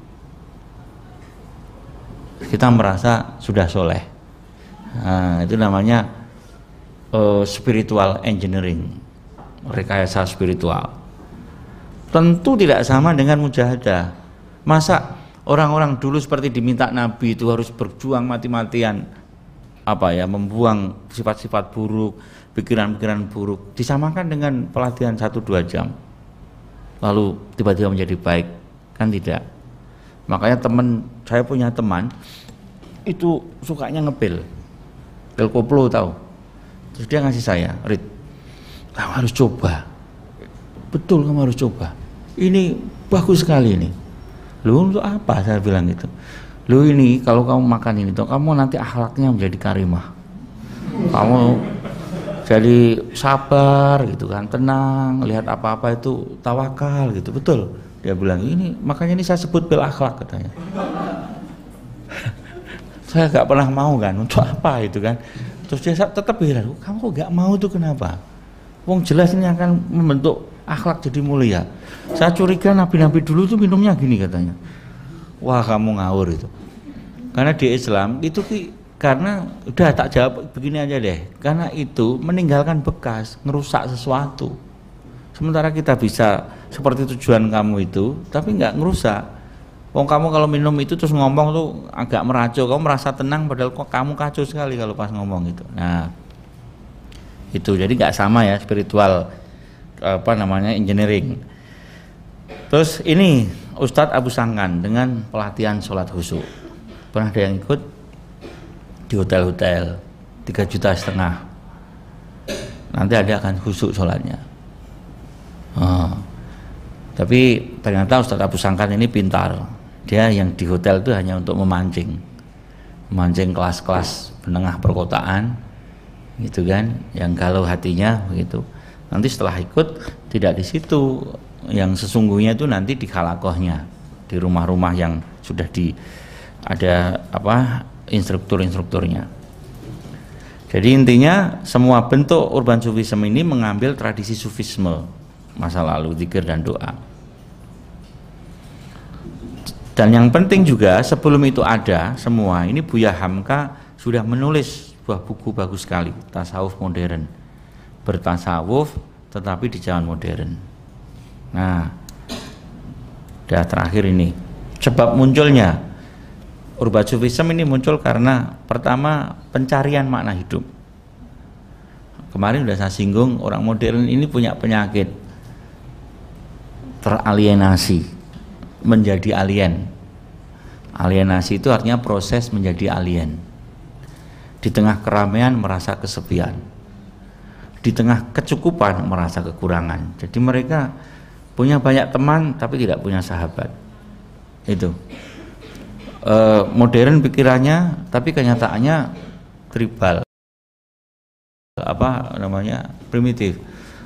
kita merasa sudah soleh. Nah, itu namanya spiritual engineering, rekayasa spiritual. Tentu tidak sama dengan mujahadah. Masa orang-orang dulu seperti diminta Nabi itu harus berjuang mati-matian membuang sifat-sifat buruk, pikiran-pikiran buruk, disamakan dengan pelatihan 1-2 jam, lalu tiba-tiba menjadi baik, kan tidak. Makanya saya punya teman itu sukanya ngepil, pil koplo tahu. Terus dia ngasih saya, Rit, kamu harus coba. Betul, kamu harus coba. Ini bagus sekali ini. Lu untuk apa? Saya bilang gitu. Lu ini kalau kamu makan ini tuh, kamu nanti akhlaknya menjadi karimah. Kamu jadi sabar gitu kan, tenang, lihat apa-apa itu tawakal gitu. Betul. Dia bilang ini, makanya ini saya sebut pil akhlak katanya. Saya gak pernah mau kan, untuk apa itu kan. Terus dia tetap bilang, kamu kok gak mau tuh kenapa? Wong jelas ini akan membentuk akhlak jadi mulia. Saya curiga nabi-nabi dulu tuh minumnya gini katanya. Wah, kamu ngawur itu. Karena di Islam itu karena udah tak jawab begini aja deh. Karena itu meninggalkan bekas, ngerusak sesuatu. Sementara kita bisa seperti tujuan kamu itu, tapi nggak ngerusak. Wong kamu kalau minum itu terus ngomong tuh agak meracau, kamu merasa tenang padahal kok kamu kacau sekali kalau pas ngomong itu. Nah, itu jadi nggak sama ya spiritual engineering. Terus ini Ustadz Abu Sangkan dengan pelatihan sholat khusyuk. Pernah ada yang ikut di hotel-hotel 3,5 juta. Nanti ada akan khusyuk sholatnya. Tapi ternyata Ustadz Abu Sangkan ini pintar. Dia yang di hotel itu hanya untuk memancing kelas-kelas menengah perkotaan, gitu kan, yang galau hatinya begitu. Nanti setelah ikut tidak di situ, yang sesungguhnya itu nanti di halakohnya, di rumah-rumah yang sudah ada instrukturnya. Jadi intinya semua bentuk urban sufisme ini mengambil tradisi sufisme masa lalu, zikir dan doa. Dan yang penting juga sebelum itu ada semua ini, Buya Hamka sudah menulis sebuah buku bagus sekali, Tasawuf Modern, bertasawuf tetapi di zaman modern. Nah, udah terakhir ini sebab munculnya urban sufisme ini muncul karena pertama pencarian makna hidup. Kemarin udah saya singgung, orang modern ini punya penyakit teralienasi, menjadi alien. Alienasi itu artinya proses menjadi alien. Di tengah keramaian merasa kesepian, di tengah kecukupan merasa kekurangan. Jadi mereka punya banyak teman tapi tidak punya sahabat. Itu modern pikirannya, tapi kenyataannya tribal, primitif.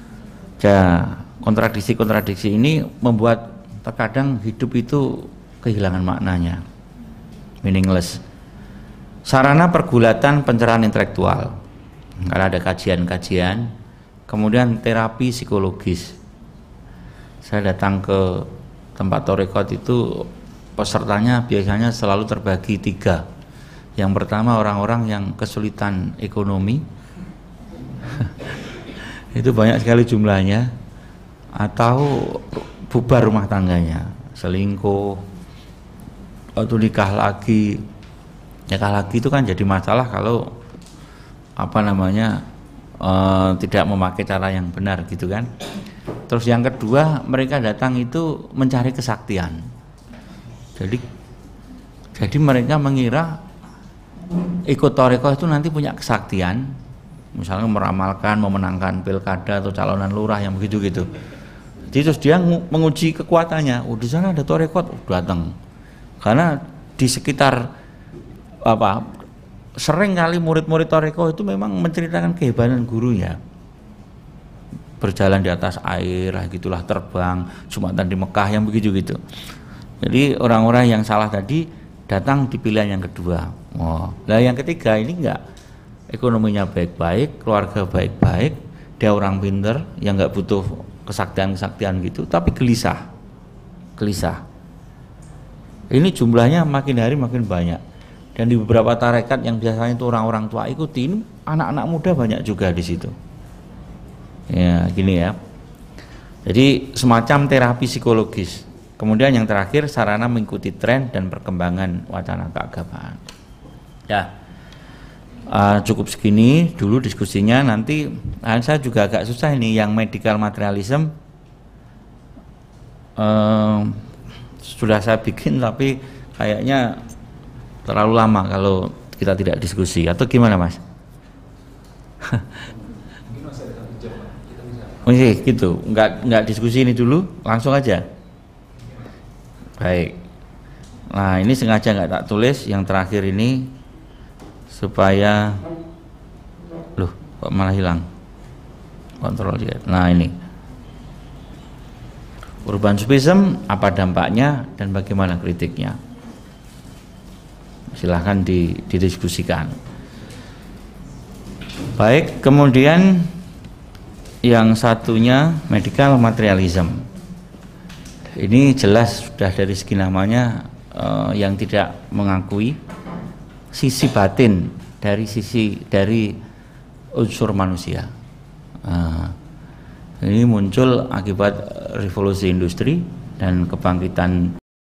Kontradiksi ini membuat terkadang hidup itu kehilangan maknanya, meaningless. Sarana pergulatan pencerahan intelektual, karena ada kajian-kajian, kemudian terapi psikologis. Saya datang ke tempat tarekat itu, pesertanya biasanya selalu terbagi 3. Yang pertama orang-orang yang kesulitan ekonomi, itu banyak sekali jumlahnya, atau bubar rumah tangganya, selingkuh atau nikah lagi itu kan jadi masalah kalau tidak memakai cara yang benar gitu kan. Terus yang kedua, mereka datang itu mencari kesaktian. Jadi mereka mengira ikut tarekat itu nanti punya kesaktian, misalnya meramalkan memenangkan pilkada atau calonan lurah yang begitu-gitu. Jadi terus dia menguji kekuatannya. Di sana ada tarekat, datang. Karena di sekitar sering kali murid-murid tarekat itu memang menceritakan kehebatan gurunya. Berjalan di atas air, gitulah, terbang, Jumatan di Mekah yang begitu-gitu. Jadi orang-orang yang salah tadi datang di pilihan yang kedua. Nah yang ketiga ini enggak, ekonominya baik-baik, keluarga baik-baik, dia orang pinter yang enggak butuh kesaktian gitu, tapi gelisah. Ini jumlahnya makin hari makin banyak. Dan di beberapa tarekat yang biasanya itu orang-orang tua ikuti, ini anak-anak muda banyak juga di situ. Ya, gini ya. Jadi semacam terapi psikologis. Kemudian yang terakhir, sarana mengikuti tren dan perkembangan wacana keagamaan. Ya, Cukup segini dulu diskusinya. Nanti saya juga agak susah ini yang medical materialism, sudah saya bikin tapi kayaknya terlalu lama kalau kita tidak diskusi, atau gimana Mas? Oke, gitu, nggak diskusi ini dulu, langsung aja. Baik. Nah, ini sengaja nggak tak tulis yang terakhir ini supaya, loh, kok malah hilang kontrol dia. Nah, ini urban sufism, apa dampaknya dan bagaimana kritiknya. Silahkan didiskusikan. Baik, kemudian yang satunya medical materialism. Ini jelas sudah dari segi namanya yang tidak mengakui sisi batin dari unsur manusia. Ini muncul akibat revolusi industri dan kebangkitan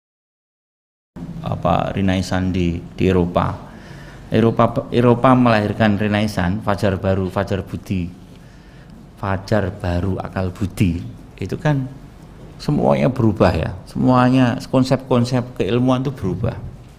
Renaissance di Eropa. Eropa melahirkan Renaissance, fajar baru, fajar baru akal budi. Itu kan semuanya berubah ya, semuanya konsep-konsep keilmuan itu berubah.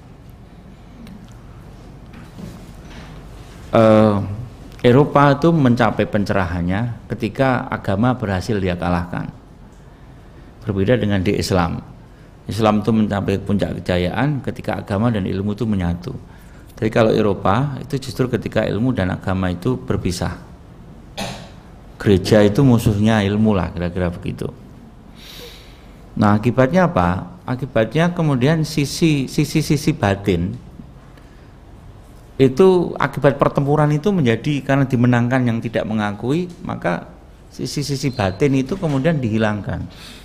Eropa itu mencapai pencerahannya ketika agama berhasil dia kalahkan. Berbeda dengan di Islam. Islam itu mencapai puncak kejayaan ketika agama dan ilmu itu menyatu. Jadi kalau Eropa itu justru ketika ilmu dan agama itu berpisah. Gereja itu musuhnya ilmu lah, kira-kira begitu. Nah, akibatnya apa? Akibatnya kemudian sisi batin itu, akibat pertempuran itu menjadi, karena dimenangkan yang tidak mengakui, maka sisi batin itu kemudian dihilangkan.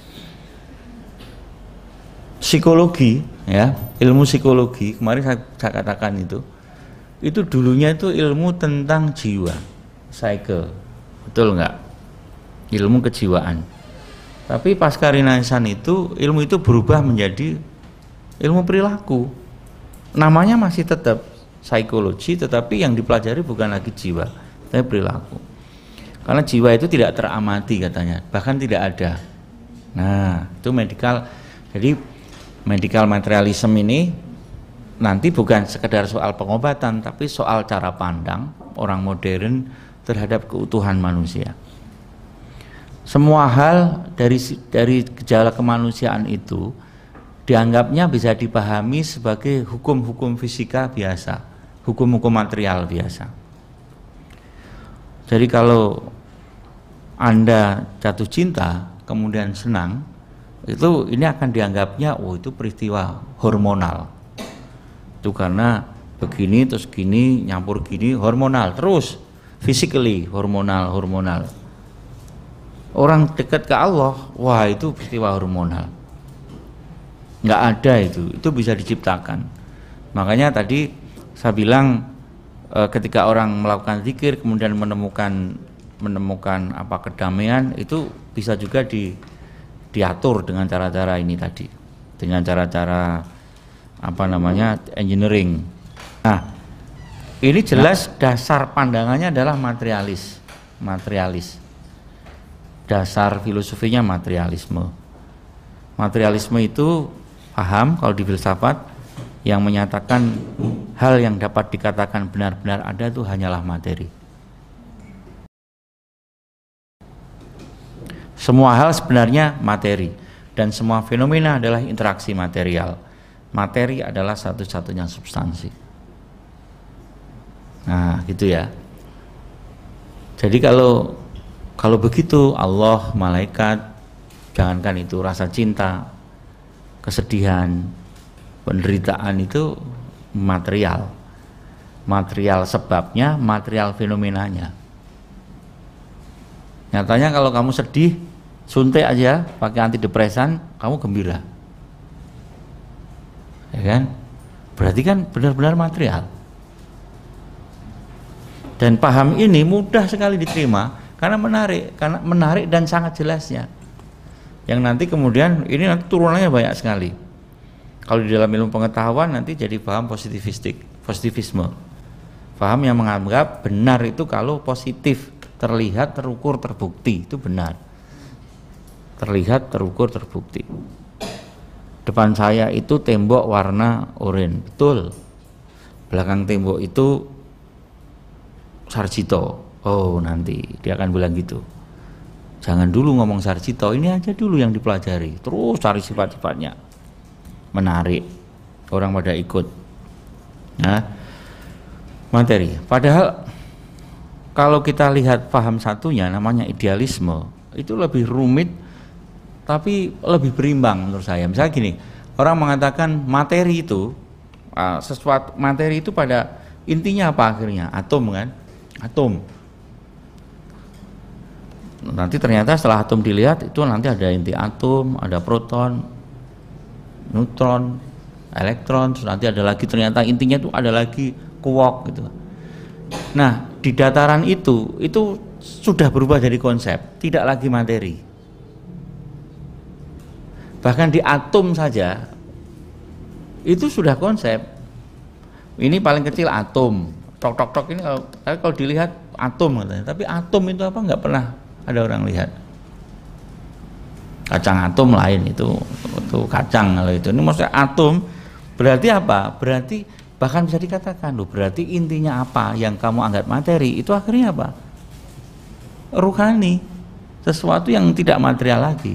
Psikologi ya, ilmu psikologi kemarin saya katakan itu dulunya itu ilmu tentang jiwa, psyche, betul nggak? Ilmu kejiwaan. Tapi pasca Renaissance itu ilmu itu berubah menjadi ilmu perilaku. Namanya masih tetap psikologi, tetapi yang dipelajari bukan lagi jiwa, tapi perilaku. Karena jiwa itu tidak teramati katanya, bahkan tidak ada. Nah, itu medical. Jadi medical materialism ini nanti bukan sekedar soal pengobatan, tapi soal cara pandang orang modern terhadap keutuhan manusia. Semua hal dari gejala kemanusiaan itu dianggapnya bisa dipahami sebagai hukum-hukum fisika biasa, hukum-hukum material biasa. Jadi kalau Anda jatuh cinta kemudian senang, itu ini akan dianggapnya itu peristiwa hormonal. Itu karena begini terus gini nyampur gini, hormonal terus, physically hormonal. Orang dekat ke Allah, wah itu peristiwa hormonal. Nggak ada itu bisa diciptakan. Makanya tadi saya bilang ketika orang melakukan zikir kemudian menemukan kedamaian, itu bisa juga diatur dengan cara-cara ini tadi, dengan cara-cara engineering. Nah, ini jelas dasar pandangannya adalah materialis. Dasar filosofinya materialisme. Materialisme itu paham kalau di filsafat yang menyatakan hal yang dapat dikatakan benar-benar ada itu hanyalah materi. Semua hal sebenarnya materi, dan semua fenomena adalah interaksi material. Materi adalah satu-satunya substansi. Nah, gitu ya. Jadi kalau begitu Allah, malaikat, jangankan itu rasa cinta, kesedihan, penderitaan itu material. Material sebabnya, material fenomenanya. Nyatanya kalau kamu sedih, suntik aja pakai antidepresan, kamu gembira, ya kan? Berarti kan benar-benar material. Dan paham ini mudah sekali diterima karena menarik dan sangat jelasnya. Yang nanti kemudian ini nanti turunannya banyak sekali. Kalau di dalam ilmu pengetahuan nanti jadi paham positivisme. Paham yang menganggap benar itu kalau positif, terlihat, terukur, terbukti, itu benar. Terlihat, terukur, terbukti. Depan saya itu tembok warna oranye, betul. Belakang tembok itu Sarjito. Oh, nanti dia akan bilang gitu. Jangan dulu ngomong Sarjito, ini aja dulu yang dipelajari. Terus cari sifat-sifatnya. Menarik. Orang pada ikut. Nah, materi. Padahal kalau kita lihat paham satunya namanya idealisme, itu lebih rumit tapi lebih berimbang menurut saya. Misalnya gini, orang mengatakan materi itu sesuatu, materi itu pada intinya apa akhirnya? Atom kan? Atom. Nanti ternyata setelah atom dilihat itu nanti ada inti atom, ada proton, neutron, elektron, terus nanti ada lagi ternyata intinya itu ada lagi quark gitu. Nah, di dataran itu sudah berubah dari konsep, tidak lagi materi. Bahkan di atom saja itu sudah konsep. Ini paling kecil atom, tok ini kalau dilihat atom katanya, tapi atom itu apa nggak pernah ada orang lihat. Kacang atom lain itu kacang kalau itu. Ini maksudnya atom berarti apa? Berarti bahkan bisa dikatakan loh, berarti intinya apa yang kamu anggap materi itu akhirnya apa? Ruhani, sesuatu yang tidak material lagi.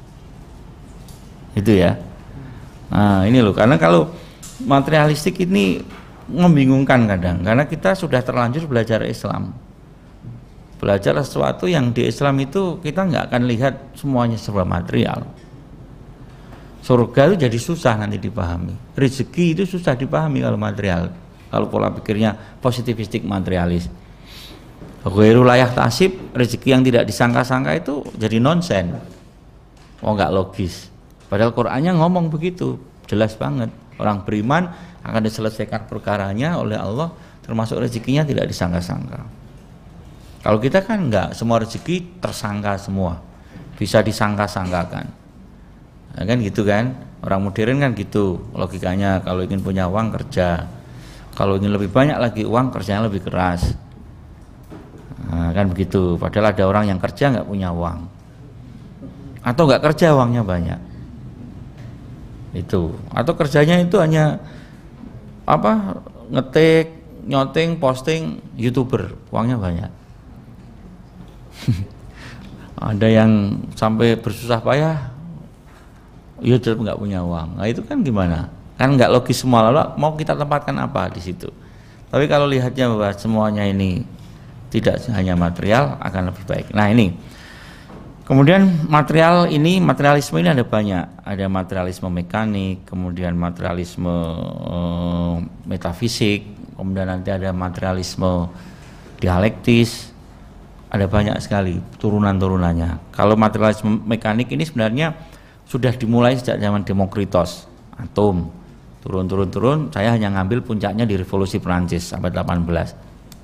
Itu ya. Nah, ini loh, karena kalau materialistik ini membingungkan kadang, karena kita sudah terlanjur belajar Islam. Belajar sesuatu yang di Islam itu kita nggak akan lihat semuanya serba material. Surga itu jadi susah nanti dipahami. Rezeki itu susah dipahami kalau material. Kalau pola pikirnya positivistik materialis. Ghairu layak tasib, rezeki yang tidak disangka-sangka itu jadi nonsen. Oh, nggak logis. Padahal Qur'annya ngomong begitu, jelas banget. Orang beriman akan diselesaikan perkaranya oleh Allah, termasuk rezekinya tidak disangka-sangka. Kalau kita kan enggak, semua rezeki tersangka semua, bisa disangka-sangkakan. Nah, kan gitu kan, orang modern kan gitu logikanya. Kalau ingin punya uang kerja, kalau ingin lebih banyak lagi uang kerjanya lebih keras. Nah, kan begitu. Padahal ada orang yang kerja nggak punya uang, atau nggak kerja uangnya banyak. Itu, atau kerjanya itu hanya apa, ngetik, nyoteng, posting, YouTuber, uangnya banyak. Ada yang sampai bersusah payah, ya tetap nggak punya uang. Nah itu kan gimana? Kan nggak logis semua. Lalu mau kita tempatkan apa di situ? Tapi kalau lihatnya bahwa semuanya ini tidak hanya material, akan lebih baik. Nah ini, kemudian materialisme ini ada banyak. Ada materialisme mekanik, kemudian materialisme metafisik, kemudian nanti ada materialisme dialektis. Ada banyak sekali turunan-turunannya. Kalau materialisme mekanik ini sebenarnya sudah dimulai sejak zaman Demokritos, atom. Turun. Saya hanya ngambil puncaknya di Revolusi Prancis abad 18.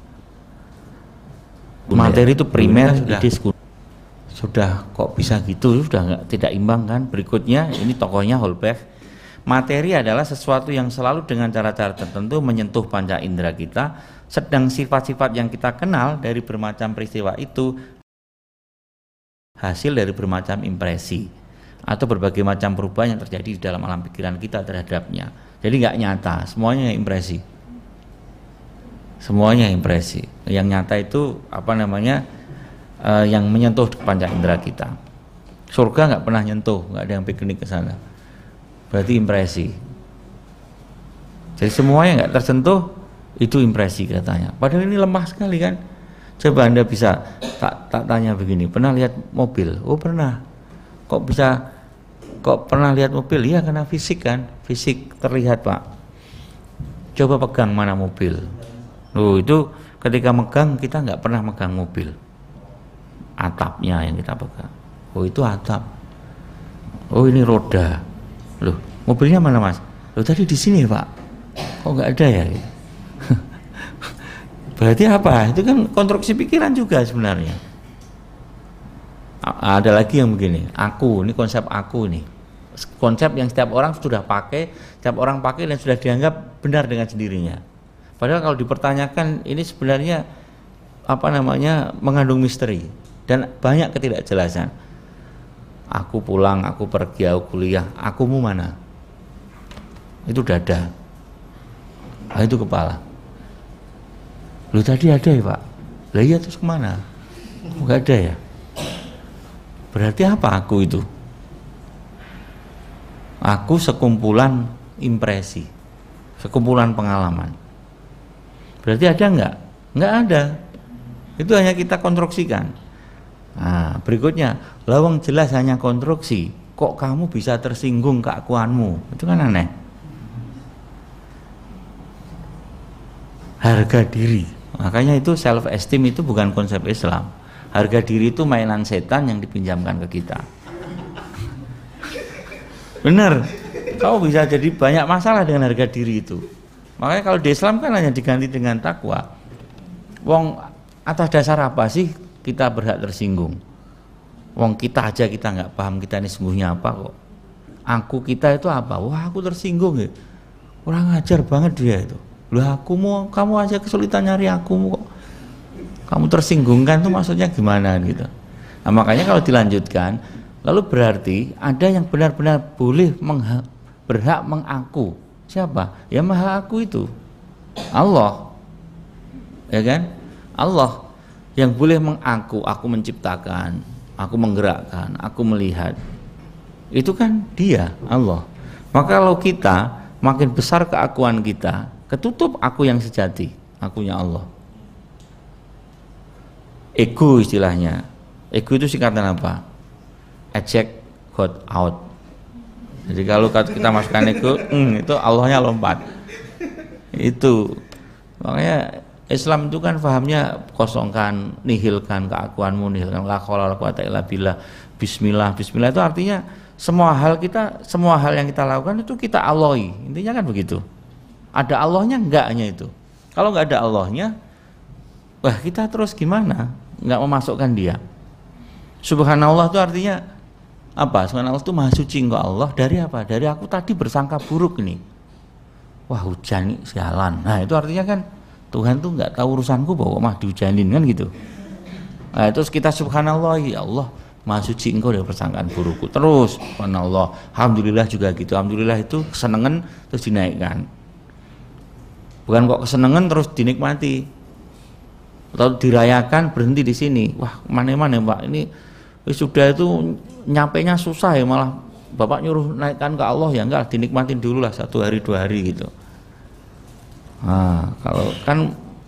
Materi itu primer, ide sudah kok bisa gitu, sudah tidak imbang kan. Berikutnya ini tokohnya Holberg. Materi adalah sesuatu yang selalu dengan cara-cara tertentu menyentuh panca indera kita, sedang sifat-sifat yang kita kenal dari bermacam peristiwa itu hasil dari bermacam impresi atau berbagai macam perubahan yang terjadi di dalam alam pikiran kita terhadapnya. Jadi nggak nyata, semuanya impresi. Semuanya impresi. Yang nyata itu apa namanya? Yang menyentuh panca indera kita. Surga nggak pernah nyentuh, nggak ada yang piknik ke sana. Berarti impresi. Jadi semuanya nggak tersentuh, itu impresi katanya. Padahal ini lemah sekali kan. Coba Anda bisa tak tanya begini, pernah lihat mobil? Oh pernah. Kok pernah lihat mobil? Iya karena fisik kan, fisik terlihat Pak. Coba pegang mana mobil. Loh itu ketika megang kita nggak pernah megang mobil. Atapnya yang kita pegang. Oh itu atap. Oh ini roda. Loh mobilnya mana Mas? Loh tadi di sini Pak. Kok nggak ada ya? Berarti apa? Itu kan konstruksi pikiran juga sebenarnya. Ada lagi yang begini, aku, ini konsep aku nih. Konsep yang setiap orang sudah pakai, setiap orang pakai dan sudah dianggap benar dengan sendirinya. Padahal kalau dipertanyakan ini sebenarnya apa namanya mengandung misteri dan banyak ketidakjelasan. Aku pulang, aku pergi, aku kuliah, akumu mana? Itu dada. Ah, itu kepala. Loh tadi ada ya Pak? Lah iya terus kemana? Enggak ada ya? Berarti apa aku itu? Aku sekumpulan impresi, sekumpulan pengalaman. Berarti ada enggak? Enggak ada. Itu hanya kita konstruksikan. Nah, berikutnya, lawang jelas hanya konstruksi, kok kamu bisa tersinggung keakuanmu? Itu kan aneh. Harga diri, makanya itu self esteem itu bukan konsep Islam. Harga diri itu mainan setan yang dipinjamkan ke kita. Bener, kamu bisa jadi banyak masalah dengan harga diri itu. Makanya kalau di Islam kan hanya diganti dengan takwa. Wong atas dasar apa sih kita berhak tersinggung? Wong kita aja kita nggak paham kita ini sungguhnya apa kok. Aku kita itu apa? Wah aku tersinggung ya. Kurang ajar banget dia itu. Lah kamu aja kesulitan nyari aku kok. Kamu tersinggungkan tuh maksudnya gimana gitu. Nah makanya kalau dilanjutkan, lalu berarti ada yang benar-benar boleh berhak mengaku. Siapa? Ya maha aku itu. Allah. Ya kan? Allah yang boleh mengaku, aku menciptakan, aku menggerakkan, aku melihat. Itu kan dia, Allah. Maka kalau kita makin besar keakuan kita, ketutup aku yang sejati, akunya Allah. Ego istilahnya. Ego itu singkatan apa? Eject, got out. Jadi kalau kita masukkan ego, itu Allahnya lompat. Itu. Makanya Islam itu kan pahamnya kosongkan, nihilkan keakuanmu, nihilkan la haula wala quwata illa billah. Bismillah, bismillah itu artinya semua hal yang kita lakukan itu kita Allahi. Intinya kan begitu. Ada Allahnya enggaknya itu. Kalau enggak ada Allahnya, wah kita terus gimana? Enggak memasukkan dia. Subhanallah itu artinya apa? Subhanallah itu maha suci engkau Allah dari apa? Dari aku tadi bersangka buruk nih. Wah hujan nih sialan. Nah itu artinya kan Tuhan tuh nggak tahu urusanku bahwa mah dihujanin kan gitu. Nah, terus kita subhanallah ya Allah maha suci engkau dari persangkaan burukku. Terus subhanallah, alhamdulillah juga gitu. Alhamdulillah itu kesenangan terus dinaikkan. Bukan kok kesenangan terus dinikmati. Atau dirayakan berhenti di sini. Wah mana-mana Pak ini sudah itu nyampainya susah ya malah Bapak nyuruh naikkan ke Allah ya enggak dinikmatin dulu lah 1 hari 2 hari gitu. Nah, kalau kan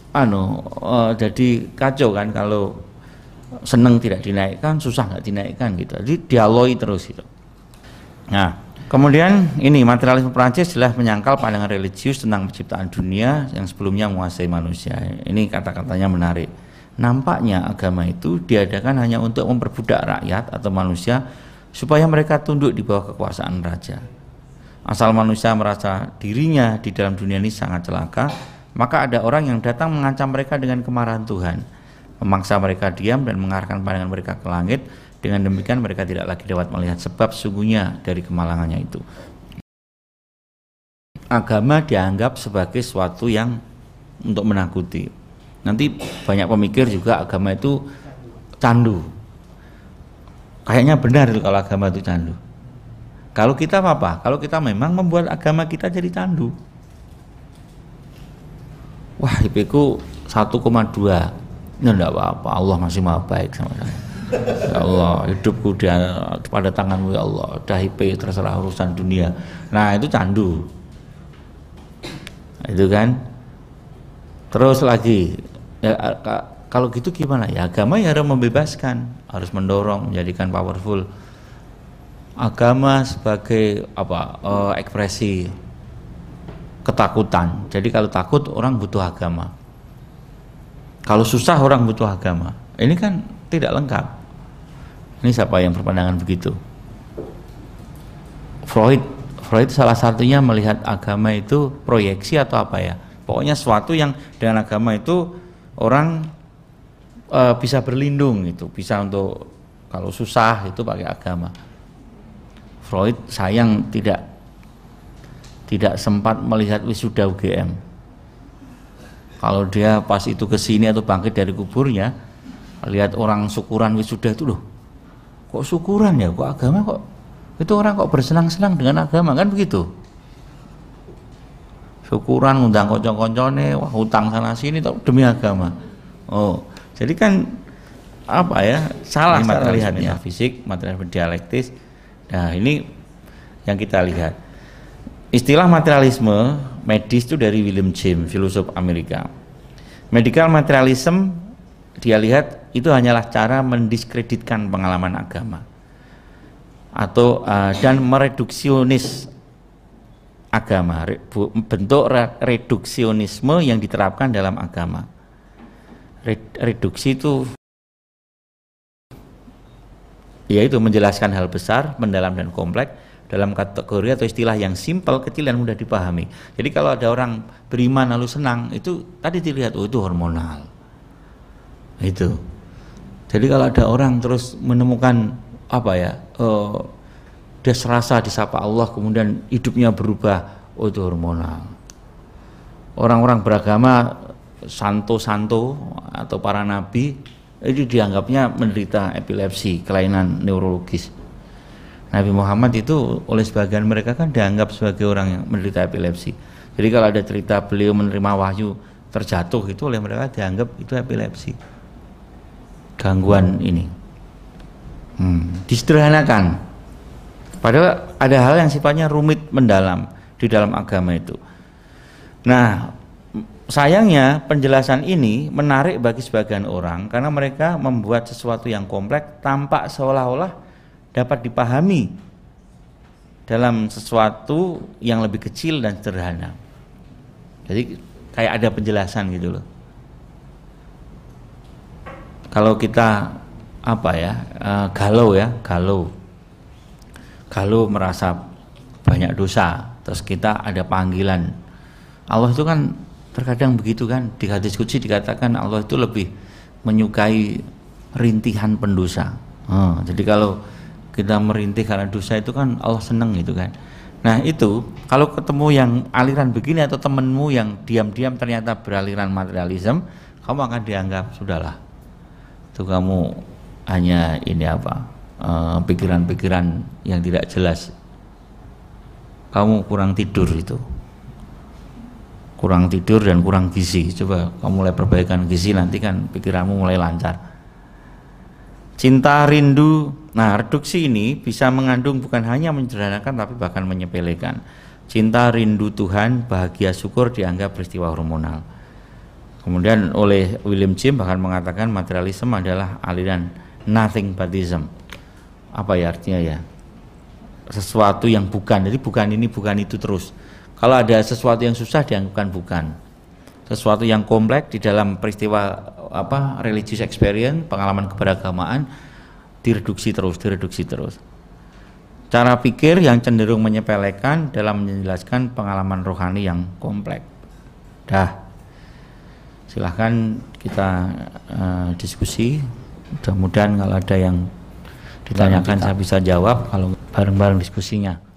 jadi kacau kan kalau seneng tidak dinaikkan, susah nggak dinaikkan gitu. Jadi dialoi terus gitu. Nah, kemudian ini materialisme Prancis jelas menyangkal pandangan religius tentang penciptaan dunia yang sebelumnya menguasai manusia. Ini kata-katanya menarik. Nampaknya agama itu diadakan hanya untuk memperbudak rakyat atau manusia supaya mereka tunduk di bawah kekuasaan raja. Asal manusia merasa dirinya di dalam dunia ini sangat celaka, maka ada orang yang datang mengancam mereka dengan kemarahan Tuhan, memaksa mereka diam dan mengarahkan pandangan mereka ke langit. Dengan demikian mereka tidak lagi dapat melihat sebab sungguhnya dari kemalangannya itu. Agama dianggap sebagai sesuatu yang untuk menakuti. Nanti banyak pemikir juga agama itu candu. Kayaknya benar itu kalau agama itu candu. Kalau kita apa? Kalau kita memang membuat agama kita jadi candu. Wah, IP ku 1,2. Ya enggak apa-apa, Allah masih maha baik sama saya. Ya Allah, hidupku pada tanganmu ya Allah. Udah IP terserah urusan dunia. Nah, itu candu. Itu kan. Terus lagi, ya, kalau gitu gimana? Ya agama ya harus membebaskan, harus mendorong, menjadikan powerful. Agama sebagai ekspresi ketakutan. Jadi kalau takut orang butuh agama. Kalau susah orang butuh agama. Ini kan tidak lengkap. Ini siapa yang berpandangan begitu? Freud salah satunya melihat agama itu proyeksi atau apa ya? Pokoknya sesuatu yang dengan agama itu orang bisa berlindung itu, bisa untuk kalau susah itu pakai agama. Freud sayang tidak sempat melihat wisuda UGM. Kalau dia pas itu ke sini atau bangkit dari kuburnya, lihat orang syukuran wisuda itu, loh, kok syukuran ya, kok agama kok, itu orang kok bersenang-senang dengan agama, kan begitu. Syukuran ngundang konco-koncone, wah hutang sana sini demi agama. Oh, jadi kan apa ya, salah cara lihatnya, fisik, material dialektis. Nah, ini yang kita lihat. Istilah materialisme medis itu dari William James, filosof Amerika. Medical materialism, dia lihat itu hanyalah cara mendiskreditkan pengalaman agama atau dan mereduksionis agama, bentuk reduksionisme yang diterapkan dalam agama. Reduksi itu yaitu menjelaskan hal besar, mendalam dan kompleks dalam kategori atau istilah yang simpel, kecil dan mudah dipahami. Jadi kalau ada orang beriman lalu senang, itu tadi dilihat, oh itu hormonal. Itu. Jadi kalau ada orang terus menemukan apa ya, dia serasa disapa Allah kemudian hidupnya berubah, oh itu hormonal. Orang-orang beragama santo-santo atau para nabi itu dianggapnya menderita epilepsi, kelainan neurologis. Nabi Muhammad itu oleh sebagian mereka kan dianggap sebagai orang yang menderita epilepsi. Jadi kalau ada cerita beliau menerima wahyu terjatuh, itu oleh mereka dianggap itu epilepsi, gangguan ini. Disederhanakan. Padahal ada hal yang sifatnya rumit mendalam di dalam agama itu. Nah, sayangnya penjelasan ini menarik bagi sebagian orang karena mereka membuat sesuatu yang kompleks tampak seolah-olah dapat dipahami dalam sesuatu yang lebih kecil dan sederhana. Jadi kayak ada penjelasan gitu loh. Kalau kita apa ya, galau merasa banyak dosa, terus kita ada panggilan. Allah itu kan terkadang begitu kan, di hadis qudsi dikatakan Allah itu lebih menyukai rintihan pendosa. Jadi kalau kita merintih karena dosa itu kan Allah seneng gitu kan. Nah itu kalau ketemu yang aliran begini atau temenmu yang diam-diam ternyata beraliran materialisme, kamu akan dianggap sudahlah, itu kamu hanya ini apa, pikiran-pikiran yang tidak jelas, kamu kurang tidur itu, kurang tidur dan kurang gizi. Coba kamu mulai perbaikan gizi, nanti kan pikiranmu mulai lancar. Cinta, rindu. Nah, reduksi ini bisa mengandung bukan hanya menyederhanakan tapi bahkan menyepelekan. Cinta, rindu Tuhan, bahagia, syukur dianggap peristiwa hormonal. Kemudian oleh William James bahkan mengatakan materialisme adalah aliran nothing butism. Apa ya artinya ya? Sesuatu yang bukan. Jadi bukan ini, bukan itu terus. Kalau ada sesuatu yang susah dianggapkan bukan. Sesuatu yang kompleks di dalam peristiwa apa, religious experience, pengalaman keberagamaan, direduksi terus. Cara pikir yang cenderung menyepelekan dalam menjelaskan pengalaman rohani yang kompleks. Silahkan kita diskusi. Mudah-mudahan kalau ada yang ditanyakan saya bisa jawab kalau bareng-bareng diskusinya.